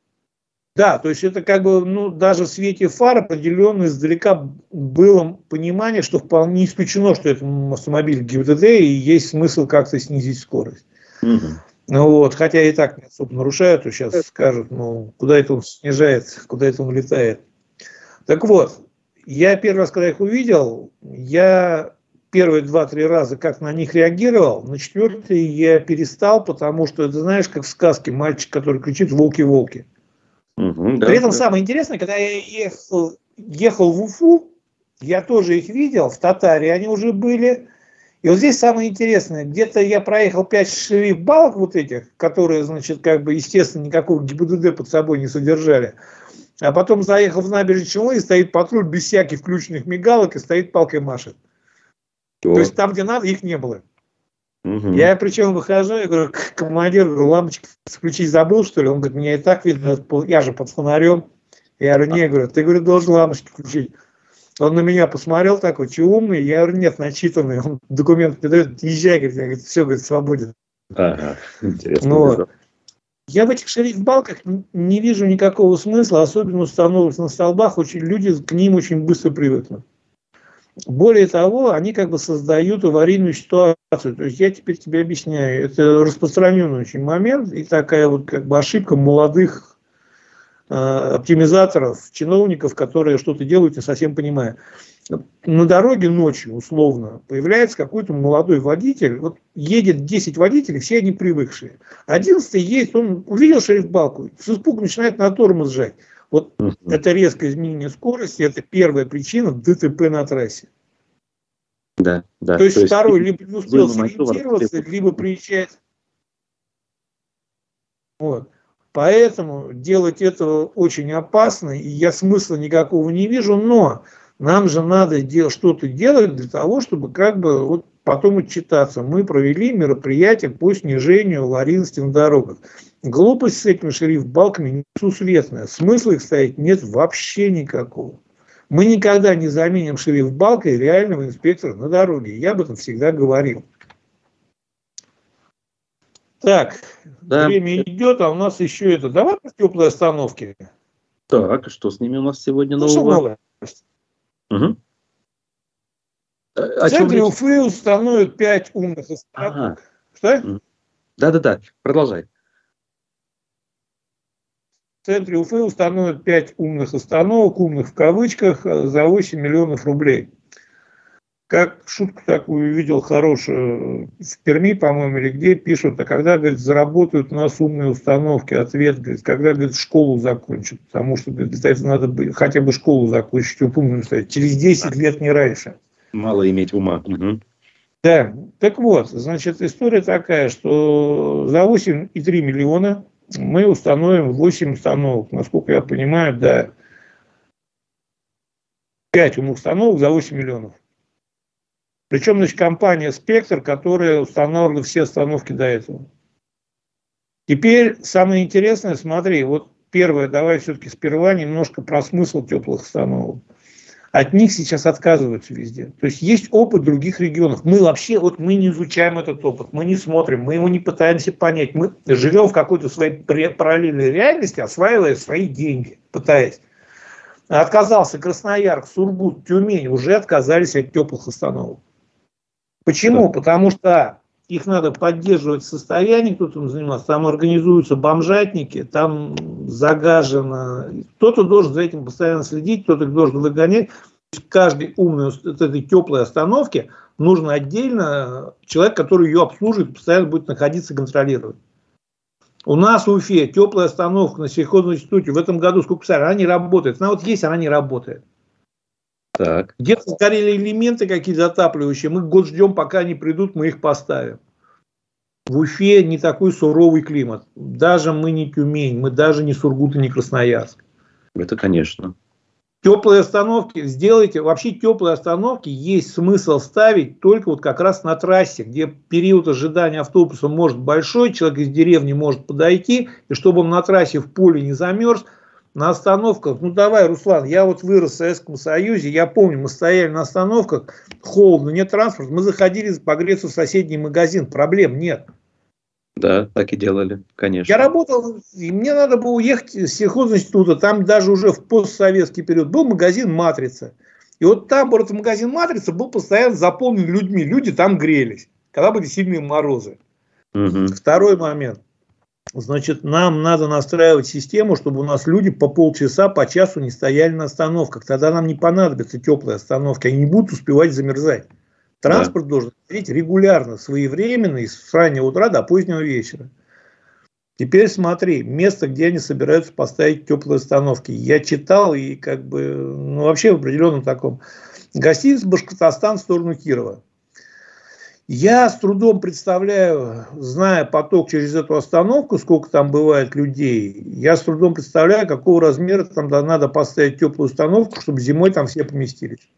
Да, то есть это как бы, ну, даже в свете фар определенно издалека было понимание, что вполне исключено, что это автомобиль ГИБДД и есть смысл как-то снизить скорость. Угу. Ну вот, хотя и так не особо нарушают, то сейчас скажут, ну, куда это он снижает, куда это он летает. Так вот, я первый раз, когда их увидел, я первые два-три раза как на них реагировал, на четвертый я перестал, потому что, ты знаешь, как в сказке, мальчик, который кричит «волки-волки». Угу, да, При этом да. самое интересное, когда я ехал, ехал в Уфу, я тоже их видел, в Татаре они уже были. И вот здесь самое интересное, где-то я проехал пять шериф-балок вот этих, которые, значит, как бы, естественно, никакого ГИБДД под собой не содержали. А потом заехал в набережную Челны, и стоит патруль без всяких включенных мигалок, и стоит палкой машет. О. То есть там, где надо, их не было. Угу. Я причем выхожу, я говорю, командир, говорю, лампочки включить забыл, что ли? Он говорит, меня и так видно, я же под фонарем. Я говорю, не, говорю, ты, говорю, должен лампочки включить. Он на меня посмотрел такой, че умный? Я говорю, нет, начитанный. Он документ передает, езжай, говорит, я, говорит, все, говорит, свободен. Ага, интересно. Ну, вот. Я в этих шериф-балках не вижу никакого смысла, особенно установок на столбах, очень, люди к ним очень быстро привыкнут. Более того, они как бы создают аварийную ситуацию. То есть я теперь тебе объясняю, это распространенный очень момент и такая вот как бы ошибка молодых э, оптимизаторов, чиновников, которые что-то делают, не совсем понимая. На дороге ночью, условно, появляется какой-то молодой водитель, вот едет десять водителей, все они привыкшие. одиннадцатый едет, он увидел шериф-балку, с испугом начинает на тормоз сжать. Вот uh-huh. это резкое изменение скорости, это первая причина ДТП на трассе. Да, да. То есть, То второй есть, либо не успел сориентироваться, либо приезжает. Вот. Поэтому делать это очень опасно, и я смысла никакого не вижу, но нам же надо дел- что-то делать для того, чтобы как бы вот потом отчитаться. Мы провели мероприятие по снижению аварийности на дорогах. Глупость с этими шериф-балками несусветная. Смысла их ставить нет вообще никакого. Мы никогда не заменим шериф-балкой реального инспектора на дороге. Я об этом всегда говорил. Так, да. Время идет, а у нас еще это. Давай про теплые остановки. Так, что с ними у нас сегодня ну, нового? Угу. В центре Уфы установят пять умных остановок. Ага. Что? Да-да-да, продолжай. В центре Уфы установят пять умных остановок, умных в кавычках, за восемь миллионов рублей. как шутку такую видел хорошую в Перми, по-моему, или где пишут, а когда, говорит, заработают у нас умные установки, ответ, говорит, когда, говорит, школу закончат, потому что, говорит, для этого надо хотя бы школу закончить, чтобы умным стать, через десять лет, не раньше. Мало иметь ума. Угу. Да, так вот, значит, история такая, что за восемь и три миллиона мы установим восемь установок, насколько я понимаю, да, пять умных установок за восемь миллионов. Причем, значит, компания «Спектр», которая устанавливала все установки до этого. Теперь самое интересное, смотри, вот первое, давай все-таки сперва немножко про смысл теплых установок. От них сейчас отказываются везде. То есть есть опыт других регионов. Мы вообще, вот мы не изучаем этот опыт, мы не смотрим, мы его не пытаемся понять. Мы живем в какой-то своей параллельной реальности, осваивая свои деньги, пытаясь. Отказался Красноярск, Сургут, Тюмень, уже отказались от теплых установок. Почему? Потому что их надо поддерживать в состоянии, кто там занимается, там организуются бомжатники, там загажено. Кто-то должен за этим постоянно следить, кто-то должен выгонять. Каждой умной вот этой теплой остановке нужно отдельно человек, который ее обслуживает, постоянно будет находиться и контролировать. У нас в Уфе теплая остановка на сельхозном институте в этом году, сколько писали, она не работает. Она вот есть, она не работает. Так. Где-то сгорели элементы какие-то затапливающие. Мы год ждем, пока они придут, мы их поставим. В Уфе не такой суровый климат. Даже мы не Тюмень, мы даже не Сургут и не Красноярск. Это, конечно. Теплые остановки сделайте. Вообще теплые остановки есть смысл ставить только вот как раз на трассе, где период ожидания автобуса может большой, человек из деревни может подойти, и чтобы он на трассе в поле не замерз, на остановках, ну давай, Руслан, я вот вырос в Советском Союзе, я помню, мы стояли на остановках, холодно, нет транспорта, мы заходили погреться в соседний магазин, проблем нет. Да, так и делали, конечно. Я работал, и мне надо было уехать с сельхозинститута, там даже уже в постсоветский период был магазин «Матрица». И вот там, этот магазин «Матрица» был постоянно заполнен людьми, люди там грелись, когда были сильные морозы. Угу. Второй момент. Значит, нам надо настраивать систему, чтобы у нас люди по полчаса, по часу не стояли на остановках. Тогда нам не понадобятся теплые остановки, они не будут успевать замерзать. Транспорт да. должен ходить регулярно, своевременно, с раннего утра до позднего вечера. Теперь смотри, место, где они собираются поставить теплые остановки. Я читал и как бы, ну вообще в определенном таком. Гостиница «Башкортостан» в сторону Кирова. Я с трудом представляю, зная поток через эту остановку, сколько там бывает людей, я с трудом представляю, какого размера там надо поставить теплую установку, чтобы зимой там все поместились.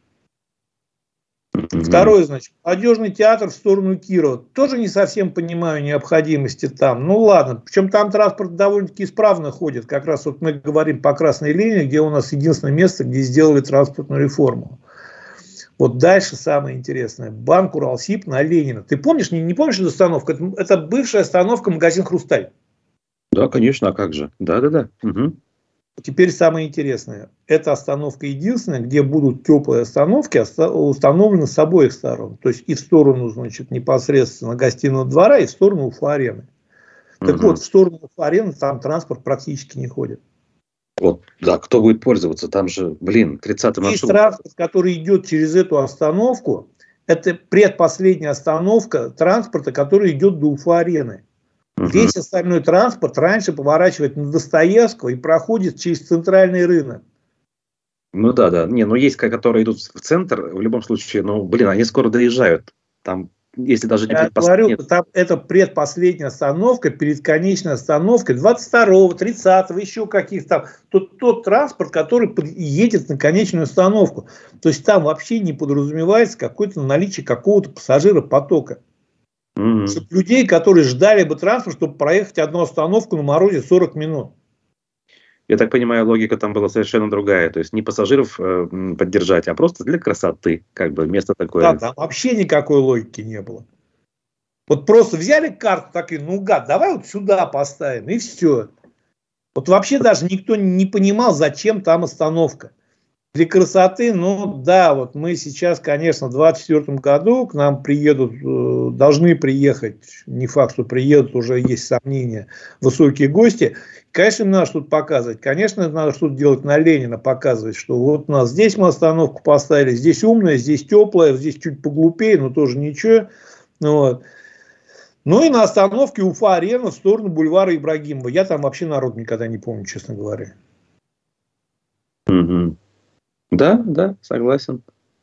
Mm-hmm. Второе, значит, молодежный театр в сторону Кирова. Тоже не совсем понимаю необходимости там. Ну ладно, причем там транспорт довольно-таки исправно ходит. Как раз вот мы говорим по красной линии, где у нас единственное место, где сделали транспортную реформу. Вот дальше самое интересное. Банк Уралсиб на Ленина. Ты помнишь, не, не помнишь эту остановку? Это, это бывшая остановка магазин «Хрусталь». Да, конечно, а как же? Да-да-да. Угу. Теперь самое интересное. Эта остановка единственная, где будут теплые остановки установлены с обоих сторон. То есть и в сторону, значит, непосредственно гостиного двора, и в сторону Уфа-арены. Так угу. вот, в сторону Уфа-арены там транспорт практически не ходит. Вот, да, кто будет пользоваться? Там же, блин, тридцатый маршрут. Есть транспорт, который идет через эту остановку. Это предпоследняя остановка транспорта, который идет до Уфа-арены. Угу. Весь остальной транспорт раньше поворачивает на Достоевского и проходит через центральный рынок. Ну да, да. Не, ну есть, которые идут в центр, в любом случае, ну, блин, они скоро доезжают. Там, если даже не Я говорю, там это предпоследняя остановка, перед конечной остановкой двадцать второго, тридцатого, еще каких-то. Тот, тот транспорт, который едет на конечную остановку. То есть там вообще не подразумевается какое-то наличие какого-то пассажиропотока. Mm-hmm. Чтобы людей, которые ждали бы транспорт, чтобы проехать одну остановку на морозе сорок минут. Я так понимаю, логика там была совершенно другая. То есть не пассажиров э, поддержать, а просто для красоты. Как бы место такое. Да, там вообще никакой логики не было. Вот просто взяли карту, так и, ну гад, давай вот сюда поставим, и все. Вот вообще даже никто не понимал, зачем там остановка. для красоты, ну да, вот мы сейчас, конечно, в двадцать четвёртом году к нам приедут, должны приехать, не факт, что приедут, уже есть сомнения, высокие гости. Конечно, им надо что-то показывать. Конечно, надо что-то делать на Ленина, показывать, что вот у нас здесь мы остановку поставили, здесь умная, здесь теплая, здесь чуть поглупее, но тоже ничего. Вот. Ну и на остановке Уфа-Арена в сторону бульвара Ибрагимова. Я там вообще народ никогда не помню, честно говоря. Угу. Да, да, согласен.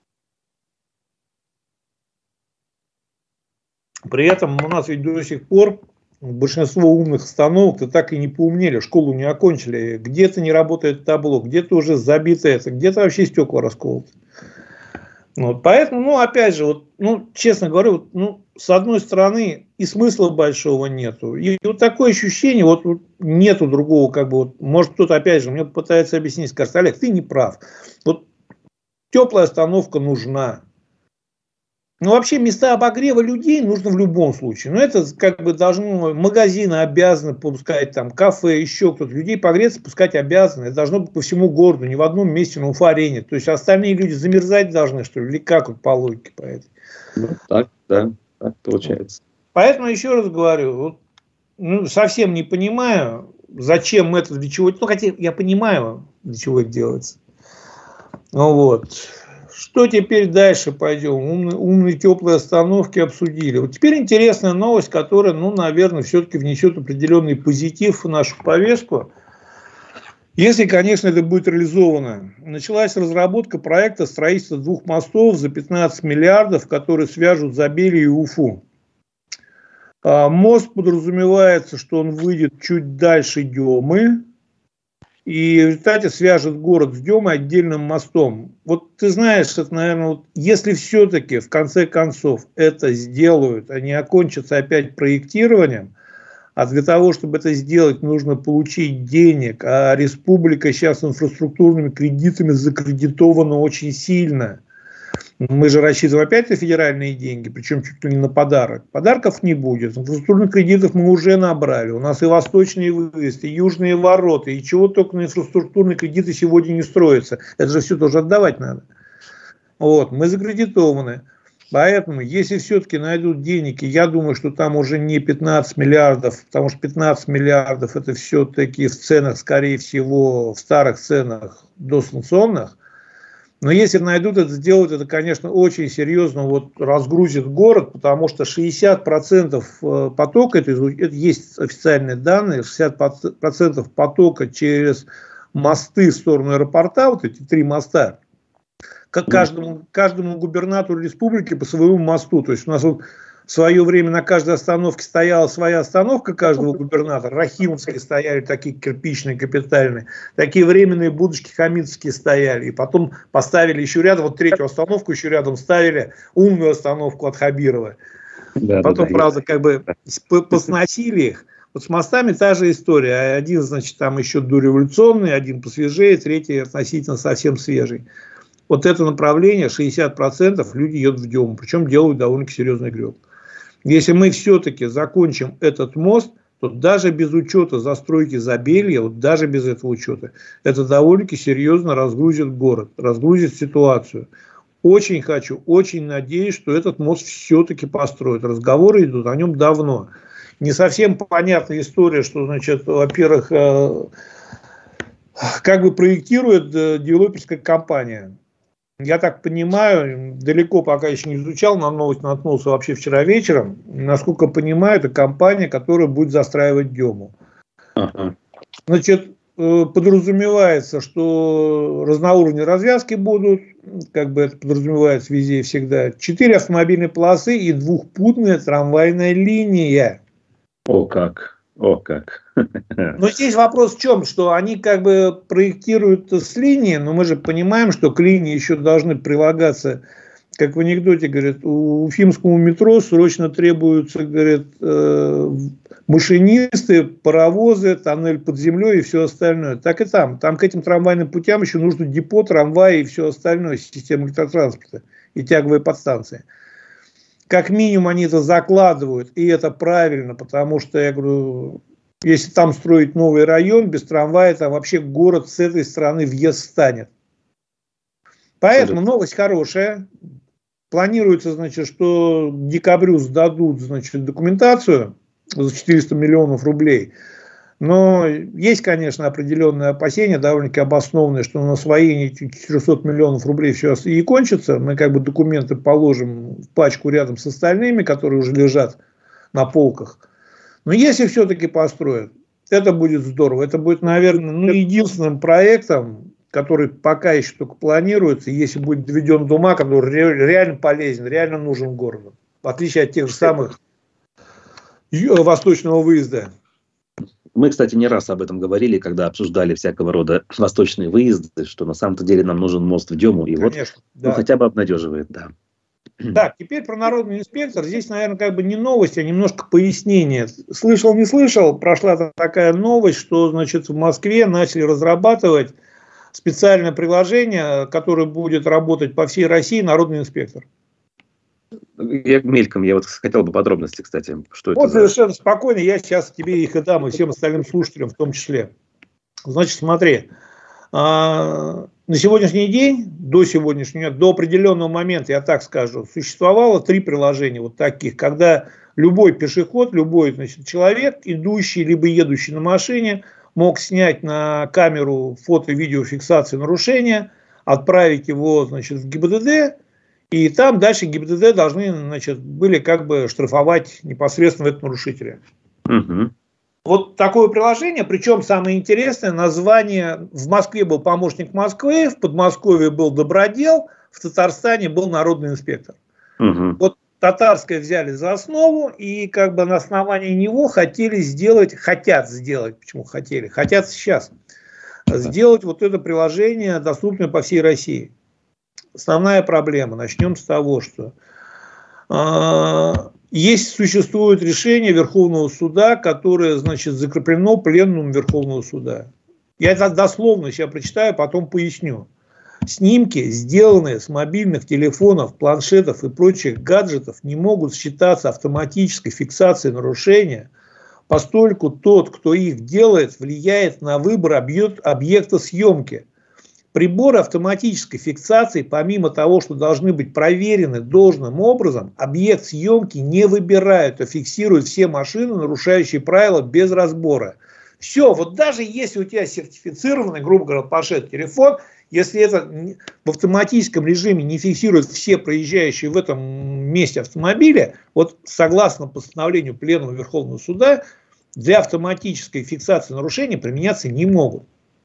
При этом у нас ведь до сих пор большинство умных остановок-то так и не поумнели, школу не окончили. Где-то не работает табло, где-то уже забито это, где-то вообще стекла расколоты. Вот, поэтому, ну, опять же, вот, ну, честно говоря, вот, ну, с одной стороны, и смысла большого нету. И, и вот такое ощущение, вот, вот нету другого, как бы, вот, может, кто-то, опять же, мне пытается объяснить, скажет: Олег, ты не прав. Вот теплая остановка нужна. Ну, вообще, места обогрева людей нужно в любом случае. Но это как бы должны, магазины обязаны пускать, там, кафе, еще кто-то. Людей погреться пускать обязаны. Это должно быть по всему городу, не в одном месте на Уфа-Арене. То есть, остальные люди замерзать должны, что ли, или как вот по логике по этой? Ну, так, да, так получается. Поэтому, еще раз говорю, вот, ну, совсем не понимаю, зачем это, для чего. Ну, хотя я понимаю, для чего это делается. Ну, вот. Что теперь дальше пойдем? Умные, умные теплые остановки обсудили. Вот теперь интересная новость, которая, ну, наверное, все-таки внесет определенный позитив в нашу повестку. Если, конечно, это будет реализовано. Началась разработка проекта строительства двух мостов за пятнадцать миллиардов, которые свяжут Забелью и Уфу. Мост подразумевается, что он выйдет чуть дальше Демы. И в результате свяжет город с Демой отдельным мостом. Вот ты знаешь, это, наверное, вот, если все-таки в конце концов это сделают, они окончатся опять проектированием, а для того, чтобы это сделать, нужно получить денег, а республика сейчас инфраструктурными кредитами закредитована очень сильно. Мы же рассчитываем опять на федеральные деньги, причем чуть ли не на подарок. Подарков не будет. Инфраструктурных кредитов мы уже набрали. У нас и восточные выезды, и южные ворота, и чего только на инфраструктурные кредиты сегодня не строятся. Это же все тоже отдавать надо. Вот, мы закредитованы. Поэтому, если все-таки найдут денег, и я думаю, что там уже не пятнадцать миллиардов, потому что пятнадцать миллиардов это все-таки в ценах, скорее всего, в старых ценах досанкционных. Но если найдут это сделать, это, конечно, очень серьезно вот разгрузит город, потому что шестьдесят процентов потока, это, это есть официальные данные, шестьдесят процентов потока через мосты в сторону аэропорта, вот эти три моста, как каждому, каждому губернатору республики по своему мосту. То есть у нас вот в свое время на каждой остановке стояла своя остановка каждого губернатора. Рахимовские стояли, такие кирпичные, капитальные. Такие временные будочки хамитовские стояли. И потом поставили еще рядом, вот третью остановку еще рядом ставили, умную остановку от Хабирова. Да, потом, да, правда, есть. Как бы посносили их. Вот с мостами та же история. Один, значит, там еще дореволюционный, один посвежее, третий относительно совсем свежий. Вот это направление, шестьдесят процентов люди едут в Дему. Причем делают довольно серьезный греб. Если мы все-таки закончим этот мост, то даже без учета застройки Забелья, вот даже без этого учета, это довольно-таки серьезно разгрузит город, разгрузит ситуацию. Очень хочу, очень надеюсь, что этот мост все-таки построят. Разговоры идут о нем давно. Не совсем понятная история, что, значит, во-первых, как бы проектирует девелоперская компания. Я так понимаю, далеко пока еще не изучал, на новость наткнулся вообще вчера вечером. Насколько понимаю, это компания, которая будет застраивать Дему. Ага. Значит, подразумевается, что разноуровневые развязки будут, как бы это подразумевается везде и всегда. Четыре автомобильные полосы и двухпутная трамвайная линия. О как! О, как. Но здесь вопрос в чем, что они как бы проектируют с линии, но мы же понимаем, что к линии еще должны прилагаться, как в анекдоте, говорят, у уфимскому метро срочно требуются, говорят, машинисты, паровозы, тоннель под землей и все остальное. Так и там. Там к этим трамвайным путям еще нужно депо, трамваи и все остальное, система электротранспорта и тяговые подстанции. Как минимум они это закладывают, и это правильно, потому что, я говорю, если там строить новый район без трамвая, там вообще город с этой стороны въезд станет. Поэтому новость хорошая. Планируется, значит, что к декабрю сдадут, значит, документацию за четыреста миллионов рублей. Но есть, конечно, определенные опасения, довольно-таки обоснованные, что на освоение четырехсот миллионов рублей все и кончится. Мы как бы документы положим в пачку рядом с остальными, которые уже лежат на полках. Но если все-таки построят, это будет здорово. Это будет, наверное, ну, единственным проектом, который пока еще только планируется, если будет доведен до ума, который реально полезен, реально нужен городу. В отличие от тех же самых восточного выезда. Мы, кстати, не раз об этом говорили, когда обсуждали всякого рода восточные выезды, что на самом-то деле нам нужен мост в Дему. И Конечно, вот да. ну, хотя бы обнадеживает, да. Так, теперь про народный инспектор. Здесь, наверное, как бы не новость, а немножко пояснение. Слышал, не слышал, прошла такая новость, что, значит, в Москве начали разрабатывать специальное приложение, которое будет работать по всей России, народный инспектор. Я мельком, я вот хотел бы подробности, кстати, что вот это за... совершенно спокойно, я сейчас тебе их и дам, и всем остальным слушателям в том числе. Значит, смотри, на сегодняшний день, до сегодняшнего, до определенного момента, я так скажу, существовало три приложения вот таких, когда любой пешеход, любой, значит, человек, идущий либо едущий на машине, мог снять на камеру фото- и видеофиксации нарушения, отправить его, значит, в ГИБДД, и там дальше ГИБДД должны, значит, были как бы штрафовать непосредственно этого нарушителя. Угу. Вот такое приложение, причем самое интересное, название, в Москве был помощник Москвы, в Подмосковье был Добродел, в Татарстане был народный инспектор. Угу. Вот татарское взяли за основу, и как бы на основании него хотели сделать, хотят сделать, почему хотели, хотят сейчас сделать вот это приложение, доступное по всей России. Основная проблема, начнем с того, что э, есть, существует решение Верховного суда, которое, значит, закреплено пленумом Верховного суда. Я это дословно сейчас прочитаю, потом поясню. Снимки, сделанные с мобильных телефонов, планшетов и прочих гаджетов, не могут считаться автоматической фиксацией нарушения, поскольку тот, кто их делает, влияет на выбор объект, объекта съемки. Приборы автоматической фиксации, помимо того, что должны быть проверены должным образом, объект съемки не выбирают, а фиксируют все машины, нарушающие правила без разбора. Все, вот даже если у тебя сертифицированный, грубо говоря, планшет, телефон, если это в автоматическом режиме не фиксирует все проезжающие в этом месте автомобиля, вот согласно постановлению Пленума Верховного суда, для автоматической фиксации нарушений применяться не могут.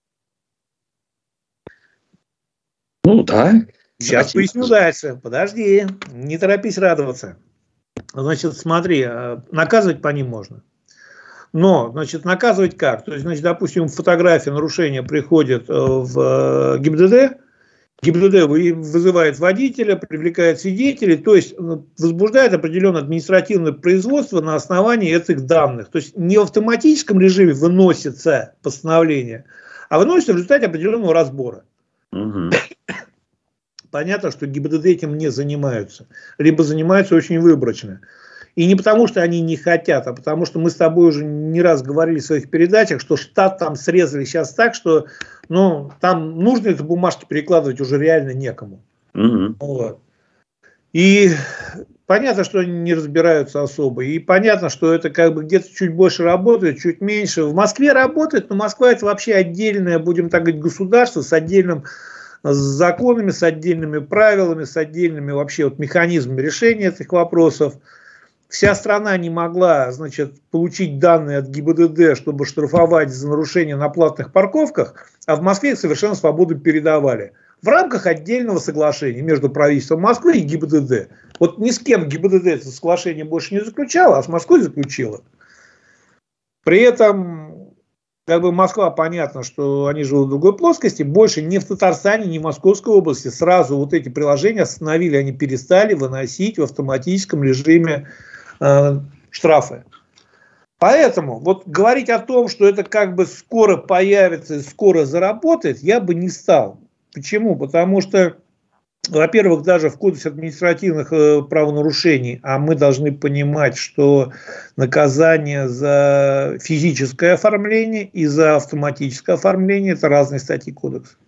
Ну да. Сейчас Давайте. поясню дальше. Подожди, не торопись радоваться. Значит, смотри, наказывать по ним можно. Но, значит, наказывать как? То есть, значит, допустим, фотография нарушения приходит в ГИБДД, ГИБДД вызывает водителя, привлекает свидетелей, то есть возбуждает определенное административное производство на основании этих данных. То есть не в автоматическом режиме выносится постановление, а выносится в результате определенного разбора. Угу. Понятно, что ГИБДД этим не занимаются, либо занимаются очень выборочно. И не потому, что они не хотят, а потому, что мы с тобой уже не раз говорили в своих передачах, что штат там срезали сейчас так, что ну, там нужно эти бумажки перекладывать уже реально некому. Угу. Вот. И понятно, что они не разбираются особо. И понятно, что это как бы где-то чуть больше работает, чуть меньше. В Москве работает, но Москва это вообще отдельное, будем так говорить, государство с отдельным с законами, с отдельными правилами, с отдельными вообще вот механизмами решения этих вопросов. Вся страна не могла, значит, получить данные от ГИБДД, чтобы штрафовать за нарушение на платных парковках, а в Москве их совершенно свободно передавали. В рамках отдельного соглашения между правительством Москвы и ГИБДД. Вот ни с кем ГИБДД это соглашение больше не заключало, а с Москвой заключила. При этом, как бы Москва, понятно, что они живут в другой плоскости, больше ни в Татарстане, ни в Московской области сразу вот эти приложения остановили, они перестали выносить в автоматическом режиме э, штрафы. Поэтому вот говорить о том, что это как бы скоро появится и скоро заработает, я бы не стал. Почему? Потому что, во-первых, даже в Кодексе административных э, правонарушений, а мы должны понимать, что наказание за физическое оформление и за автоматическое оформление – это разные статьи кодекса.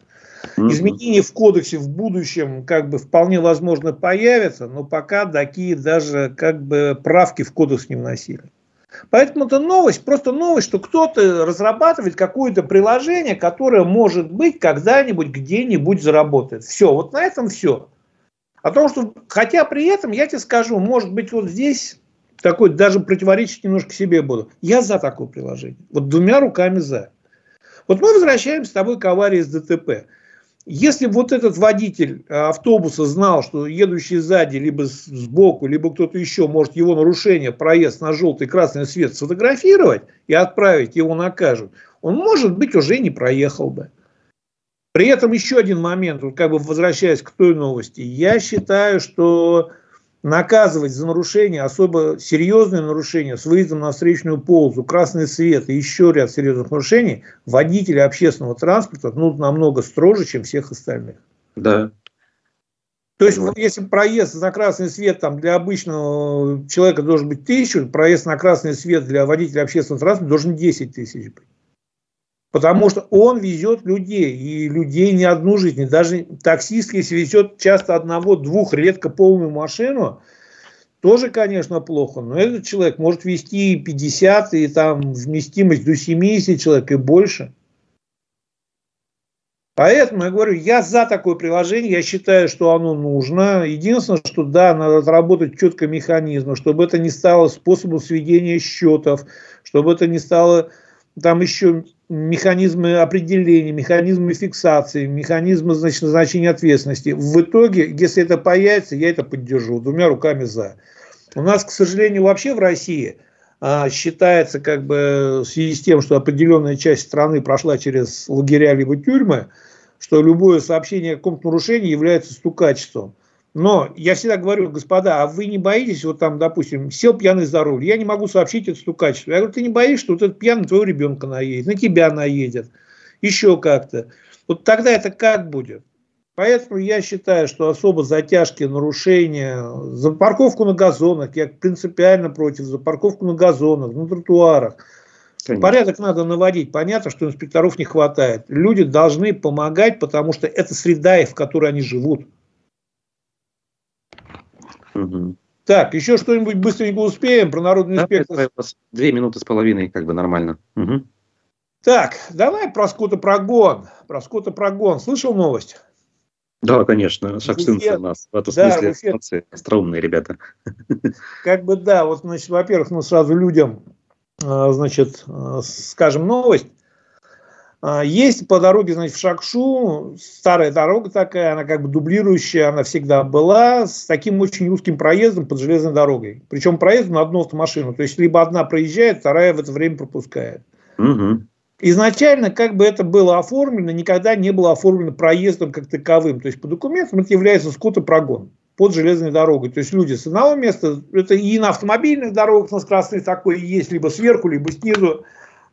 Изменения в кодексе в будущем как бы вполне возможно появятся, но пока такие даже как бы правки в кодекс не вносили. Поэтому это новость, просто новость, что кто-то разрабатывает какое-то приложение, которое, может быть, когда-нибудь где-нибудь заработает. Все, вот на этом все. О том, что, хотя при этом, я тебе скажу, может быть, вот здесь такой даже противоречить немножко себе буду. Я за такое приложение. Вот двумя руками за. Вот мы возвращаемся с тобой к аварии с ДТП. Если вот этот водитель автобуса знал, что едущий сзади, либо сбоку, либо кто-то еще может его нарушение, проезд на желтый и красный свет сфотографировать и отправить, его накажут, он, может быть, уже не проехал бы. При этом еще один момент, вот как бы возвращаясь к той новости, я считаю, что наказывать за нарушение, особо серьезные нарушения с выездом на встречную полосу, красный свет и еще ряд серьезных нарушений, водители общественного транспорта ну, намного строже, чем всех остальных. Да. То есть, вот, если проезд на красный свет там, для обычного человека должен быть тысяча, проезд на красный свет для водителя общественного транспорта должен десять тысяч быть. Потому что он везет людей, и людей не одну жизнь. Даже таксист, если везет часто одного-двух, редко полную машину, тоже, конечно, плохо. Но этот человек может везти пятьдесят, и там вместимость до семидесяти человек и больше. Поэтому я говорю, я за такое приложение, я считаю, что оно нужно. Единственное, что да, надо разработать четко механизм, чтобы это не стало способом сведения счетов, чтобы это не стало там еще механизмы определения, механизмы фиксации, механизмы, значит, назначения ответственности. В итоге, если это появится, я это поддержу двумя руками за. У нас, к сожалению, вообще в России а, считается, как бы, в связи с тем, что определенная часть страны прошла через лагеря либо тюрьмы, что любое сообщение о каком-то нарушении является стукачеством. Но я всегда говорю, господа, а вы не боитесь, вот там, допустим, сел пьяный за руль, я не могу сообщить это стукачество. Я говорю, ты не боишься, что вот этот пьяный твоего ребенка наедет, на тебя наедет, еще как-то. Вот тогда это как будет? Поэтому я считаю, что особо за тяжкие нарушения, за парковку на газонах, я принципиально против, за парковку на газонах, на тротуарах. Конечно. Порядок надо наводить. Понятно, что инспекторов не хватает. Люди должны помогать, потому что это среда, в которой они живут. Угу. Так, еще что-нибудь быстренько успеем про народную инспекцию. Две минуты с половиной, как бы нормально. Угу. Так, давай про скотопрогон. Про скотопрогон. Слышал новость? Да, конечно. Шакшинцы у нас. В этом да, смысле остроумные ребята. Как бы да, вот, значит, во-первых, ну сразу людям, значит, скажем новость. Есть по дороге, значит, в Шакшу, старая дорога такая, она как бы дублирующая, она всегда была, с таким очень узким проездом под железной дорогой. Причем проезд на одну автомашину. То есть, либо одна проезжает, вторая в это время пропускает. Угу. Изначально, как бы это было оформлено, никогда не было оформлено проездом как таковым. То есть, по документам это является скотопрогон под железной дорогой. То есть, люди с одного места, это и на автомобильных дорогах, на скоростных такое есть, либо сверху, либо снизу.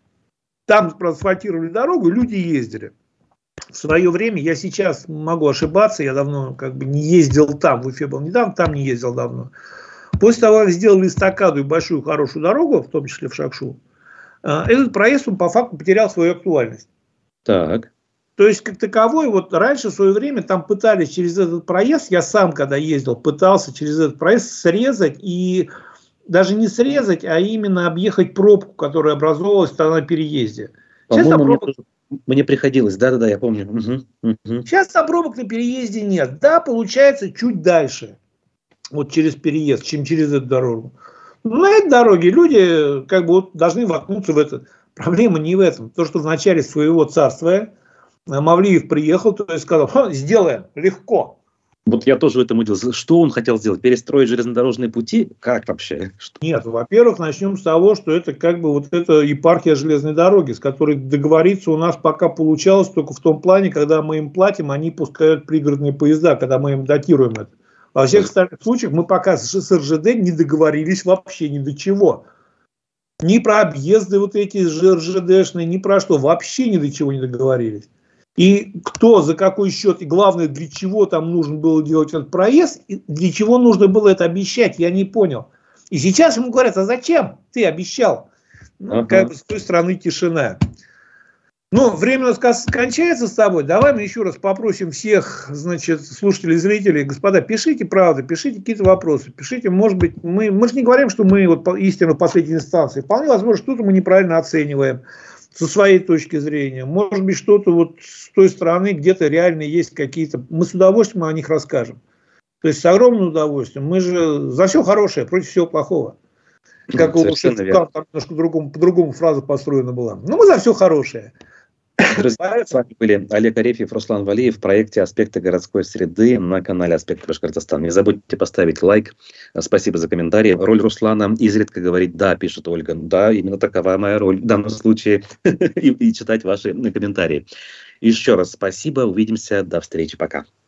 Там проасфальтировали дорогу, люди ездили. В свое время, я сейчас могу ошибаться, я давно как бы не ездил там, в Уфе был недавно, там не ездил давно. После того, как сделали эстакаду и большую хорошую дорогу, в том числе в Шакшу, этот проезд, он по факту потерял свою актуальность. Так. То есть, как таковой, вот раньше в свое время там пытались через этот проезд, я сам, когда ездил, пытался через этот проезд срезать и... Даже не срезать, а именно объехать пробку, которая образовалась на переезде. Сейчас пробок... мне, мне приходилось, да-да-да, я помню. Угу, угу. Сейчас пробок на переезде нет. Да, получается чуть дальше, вот через переезд, чем через эту дорогу. Но на этой дороге люди как бы вот должны воткнуться в это. Проблема не в этом. То, что в начале своего царства Мавлиев приехал, то есть сказал, сделаем, легко. Вот я тоже в этом удивился. Что он хотел сделать? Перестроить железнодорожные пути? Как вообще? Что? Нет, во-первых, начнем с того, что это как бы вот эта епархия железной дороги, с которой договориться у нас пока получалось только в том плане, когда мы им платим, они пускают пригородные поезда, когда мы им датируем это. Во всех остальных случаях мы пока с РЖД не договорились вообще ни до чего. Ни про объезды вот эти РЖДшные, ни про что. Вообще ни до чего не договорились. И кто, за какой счет, и главное, для чего там нужно было делать этот проезд, и для чего нужно было это обещать, я не понял. И сейчас ему говорят, а зачем ты обещал? Ну, ага. Как бы с той стороны тишина. Ну, время у нас кончается с тобой. Давай мы еще раз попросим всех, значит, слушателей, зрителей, господа, пишите правду, пишите какие-то вопросы, пишите, может быть, мы, мы же не говорим, что мы вот истину в последней инстанции. Вполне возможно, что-то мы неправильно оцениваем со своей точки зрения. Может быть, что-то вот с той стороны где-то реально есть какие-то... Мы с удовольствием о них расскажем. То есть с огромным удовольствием. Мы же за все хорошее, против всего плохого. Как у Шевченко, там немножко по-другому, по-другому фраза построена была. Но мы за все хорошее. Друзья, с вами были Олег Арефьев, Руслан Валиев в проекте «Аспекты городской среды» на канале «Аспекты Башкортостана». Не забудьте поставить лайк. Спасибо за комментарии. Роль Руслана изредка говорить «да», пишет Ольга. Да, именно такова моя роль в данном случае. и, и читать ваши комментарии. Еще раз спасибо. Увидимся. До встречи. Пока.